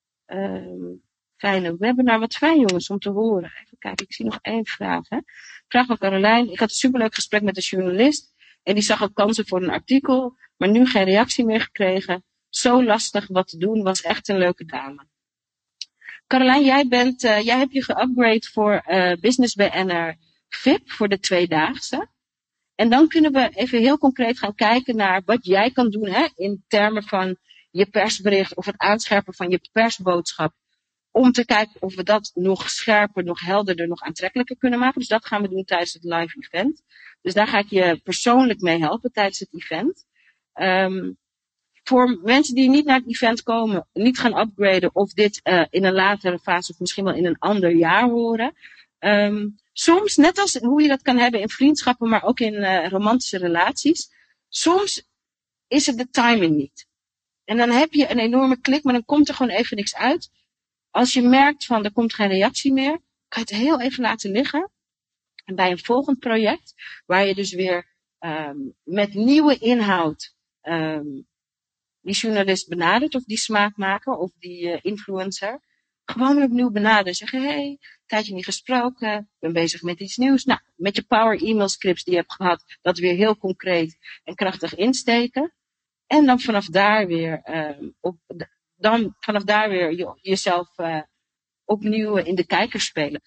S2: Um, fijne webinar. Wat fijn, jongens, om te horen. Even kijken, ik zie nog één vraag. Hè. Vraag van Caroline. Ik had een superleuk gesprek met een journalist. En die zag ook kansen voor een artikel. Maar nu geen reactie meer gekregen. Zo lastig wat te doen. Was echt een leuke dame. Caroline, jij, bent, uh, jij hebt je geupgrade voor uh, Business B N R V I P. Voor de tweedaagse. En dan kunnen we even heel concreet gaan kijken naar wat jij kan doen. Hè, in termen van je persbericht. Of het aanscherpen van je persboodschap. Om te kijken of we dat nog scherper, nog helderder, nog aantrekkelijker kunnen maken. Dus dat gaan we doen tijdens het live event. Dus daar ga ik je persoonlijk mee helpen tijdens het event. Um, voor mensen die niet naar het event komen, niet gaan upgraden of dit uh, in een latere fase of misschien wel in een ander jaar horen. Um, soms, net als hoe je dat kan hebben in vriendschappen, maar ook in uh, romantische relaties. Soms is het de timing niet. En dan heb je een enorme klik, maar dan komt er gewoon even niks uit. Als je merkt van er komt geen reactie meer, kan je het heel even laten liggen. En bij een volgend project, waar je dus weer um, met nieuwe inhoud um, die journalist benadert, of die smaakmaker, of die uh, influencer, gewoon weer opnieuw benaderen. Zeggen, hé, hey, tijdje niet gesproken, ik ben bezig met iets nieuws. Nou, met je power e-mail scripts die je hebt gehad, dat weer heel concreet en krachtig insteken. En dan vanaf daar weer, um, op, dan vanaf daar weer je, jezelf uh, opnieuw in de kijker spelen.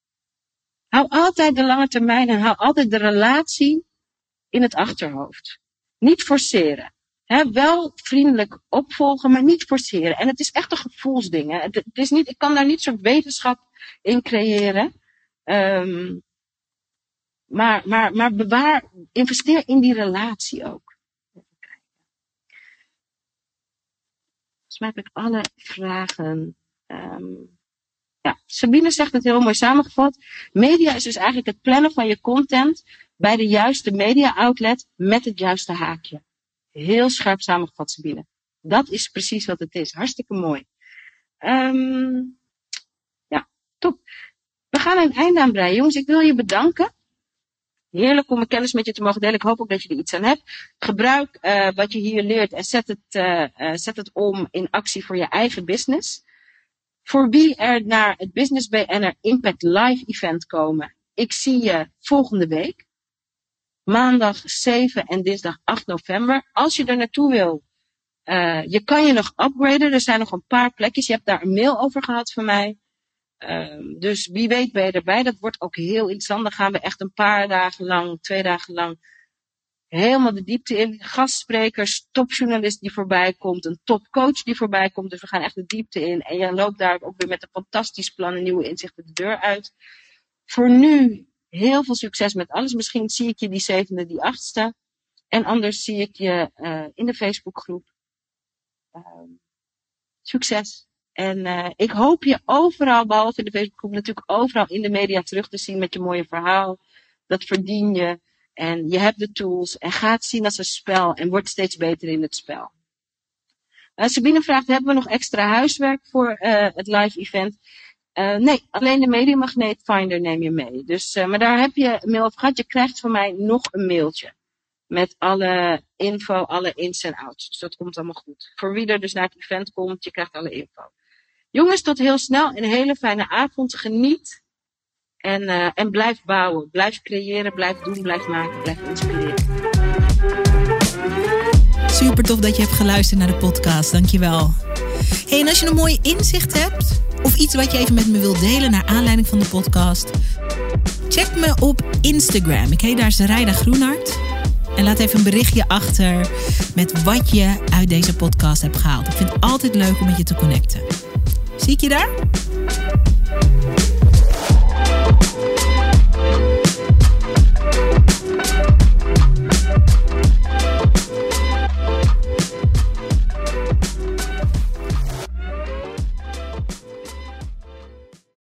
S2: Hou altijd de lange termijn en hou altijd de relatie in het achterhoofd. Niet forceren. He, wel vriendelijk opvolgen, maar niet forceren. En het is echt een gevoelsding. Hè. Het, het is niet, ik kan daar niet zo'n wetenschap in creëren. Um, maar, maar, maar bewaar, investeer in die relatie ook. Even kijken. Volgens mij heb ik alle vragen. Um, Ja, Sabine zegt het heel mooi samengevat. Media is dus eigenlijk het plannen van je content bij de juiste media outlet met het juiste haakje. Heel scherp samengevat, Sabine. Dat is precies wat het is. Hartstikke mooi. Um, ja, top. We gaan een einde aan breien. Jongens, ik wil je bedanken. Heerlijk om mijn kennis met je te mogen delen. Ik hoop ook dat je er iets aan hebt. Gebruik uh, wat je hier leert en zet het, uh, uh, zet het om in actie voor je eigen business. Voor wie er naar het Business B N R Impact Live Event komen. Ik zie je volgende week. Maandag zeven en dinsdag acht november. Als je er naartoe wil. Uh, je kan je nog upgraden. Er zijn nog een paar plekjes. Je hebt daar een mail over gehad van mij. Uh, dus wie weet ben je erbij. Dat wordt ook heel interessant. Dan gaan we echt een paar dagen lang, twee dagen lang. Helemaal de diepte in. Gastsprekers, topjournalist die voorbij komt. Een topcoach die voorbij komt. Dus we gaan echt de diepte in. En je loopt daar ook weer met een fantastisch plan en nieuwe inzichten de deur uit. Voor nu heel veel succes met alles. Misschien zie ik je die zevende, die achtste. En anders zie ik je uh, in de Facebookgroep. Uh, succes. En uh, ik hoop je overal, behalve in de Facebookgroep, natuurlijk overal in de media terug te zien met je mooie verhaal. Dat verdien je. En je hebt de tools. En ga het zien als een spel. En word steeds beter in het spel. Uh, Sabine vraagt, hebben we nog extra huiswerk voor uh, het live event? Uh, nee, alleen de Media Magneet Finder neem je mee. Dus, uh, maar daar heb je een mail over gehad. Je krijgt van mij nog een mailtje. Met alle info, alle ins en outs. Dus dat komt allemaal goed. Voor wie er dus naar het event komt, je krijgt alle info. Jongens, tot heel snel. Een hele fijne avond. Geniet. En, uh, en blijf bouwen. Blijf creëren, blijf doen, blijf maken, blijf inspireren.
S1: Super tof dat je hebt geluisterd naar de podcast. Dankjewel. Hey, en als je een mooie inzicht hebt of iets wat je even met me wilt delen naar aanleiding van de podcast, check me op Instagram. Ik heet daar Zarijda Groenhart. En laat even een berichtje achter met wat je uit deze podcast hebt gehaald. Ik vind het altijd leuk om met je te connecten. Zie ik je daar?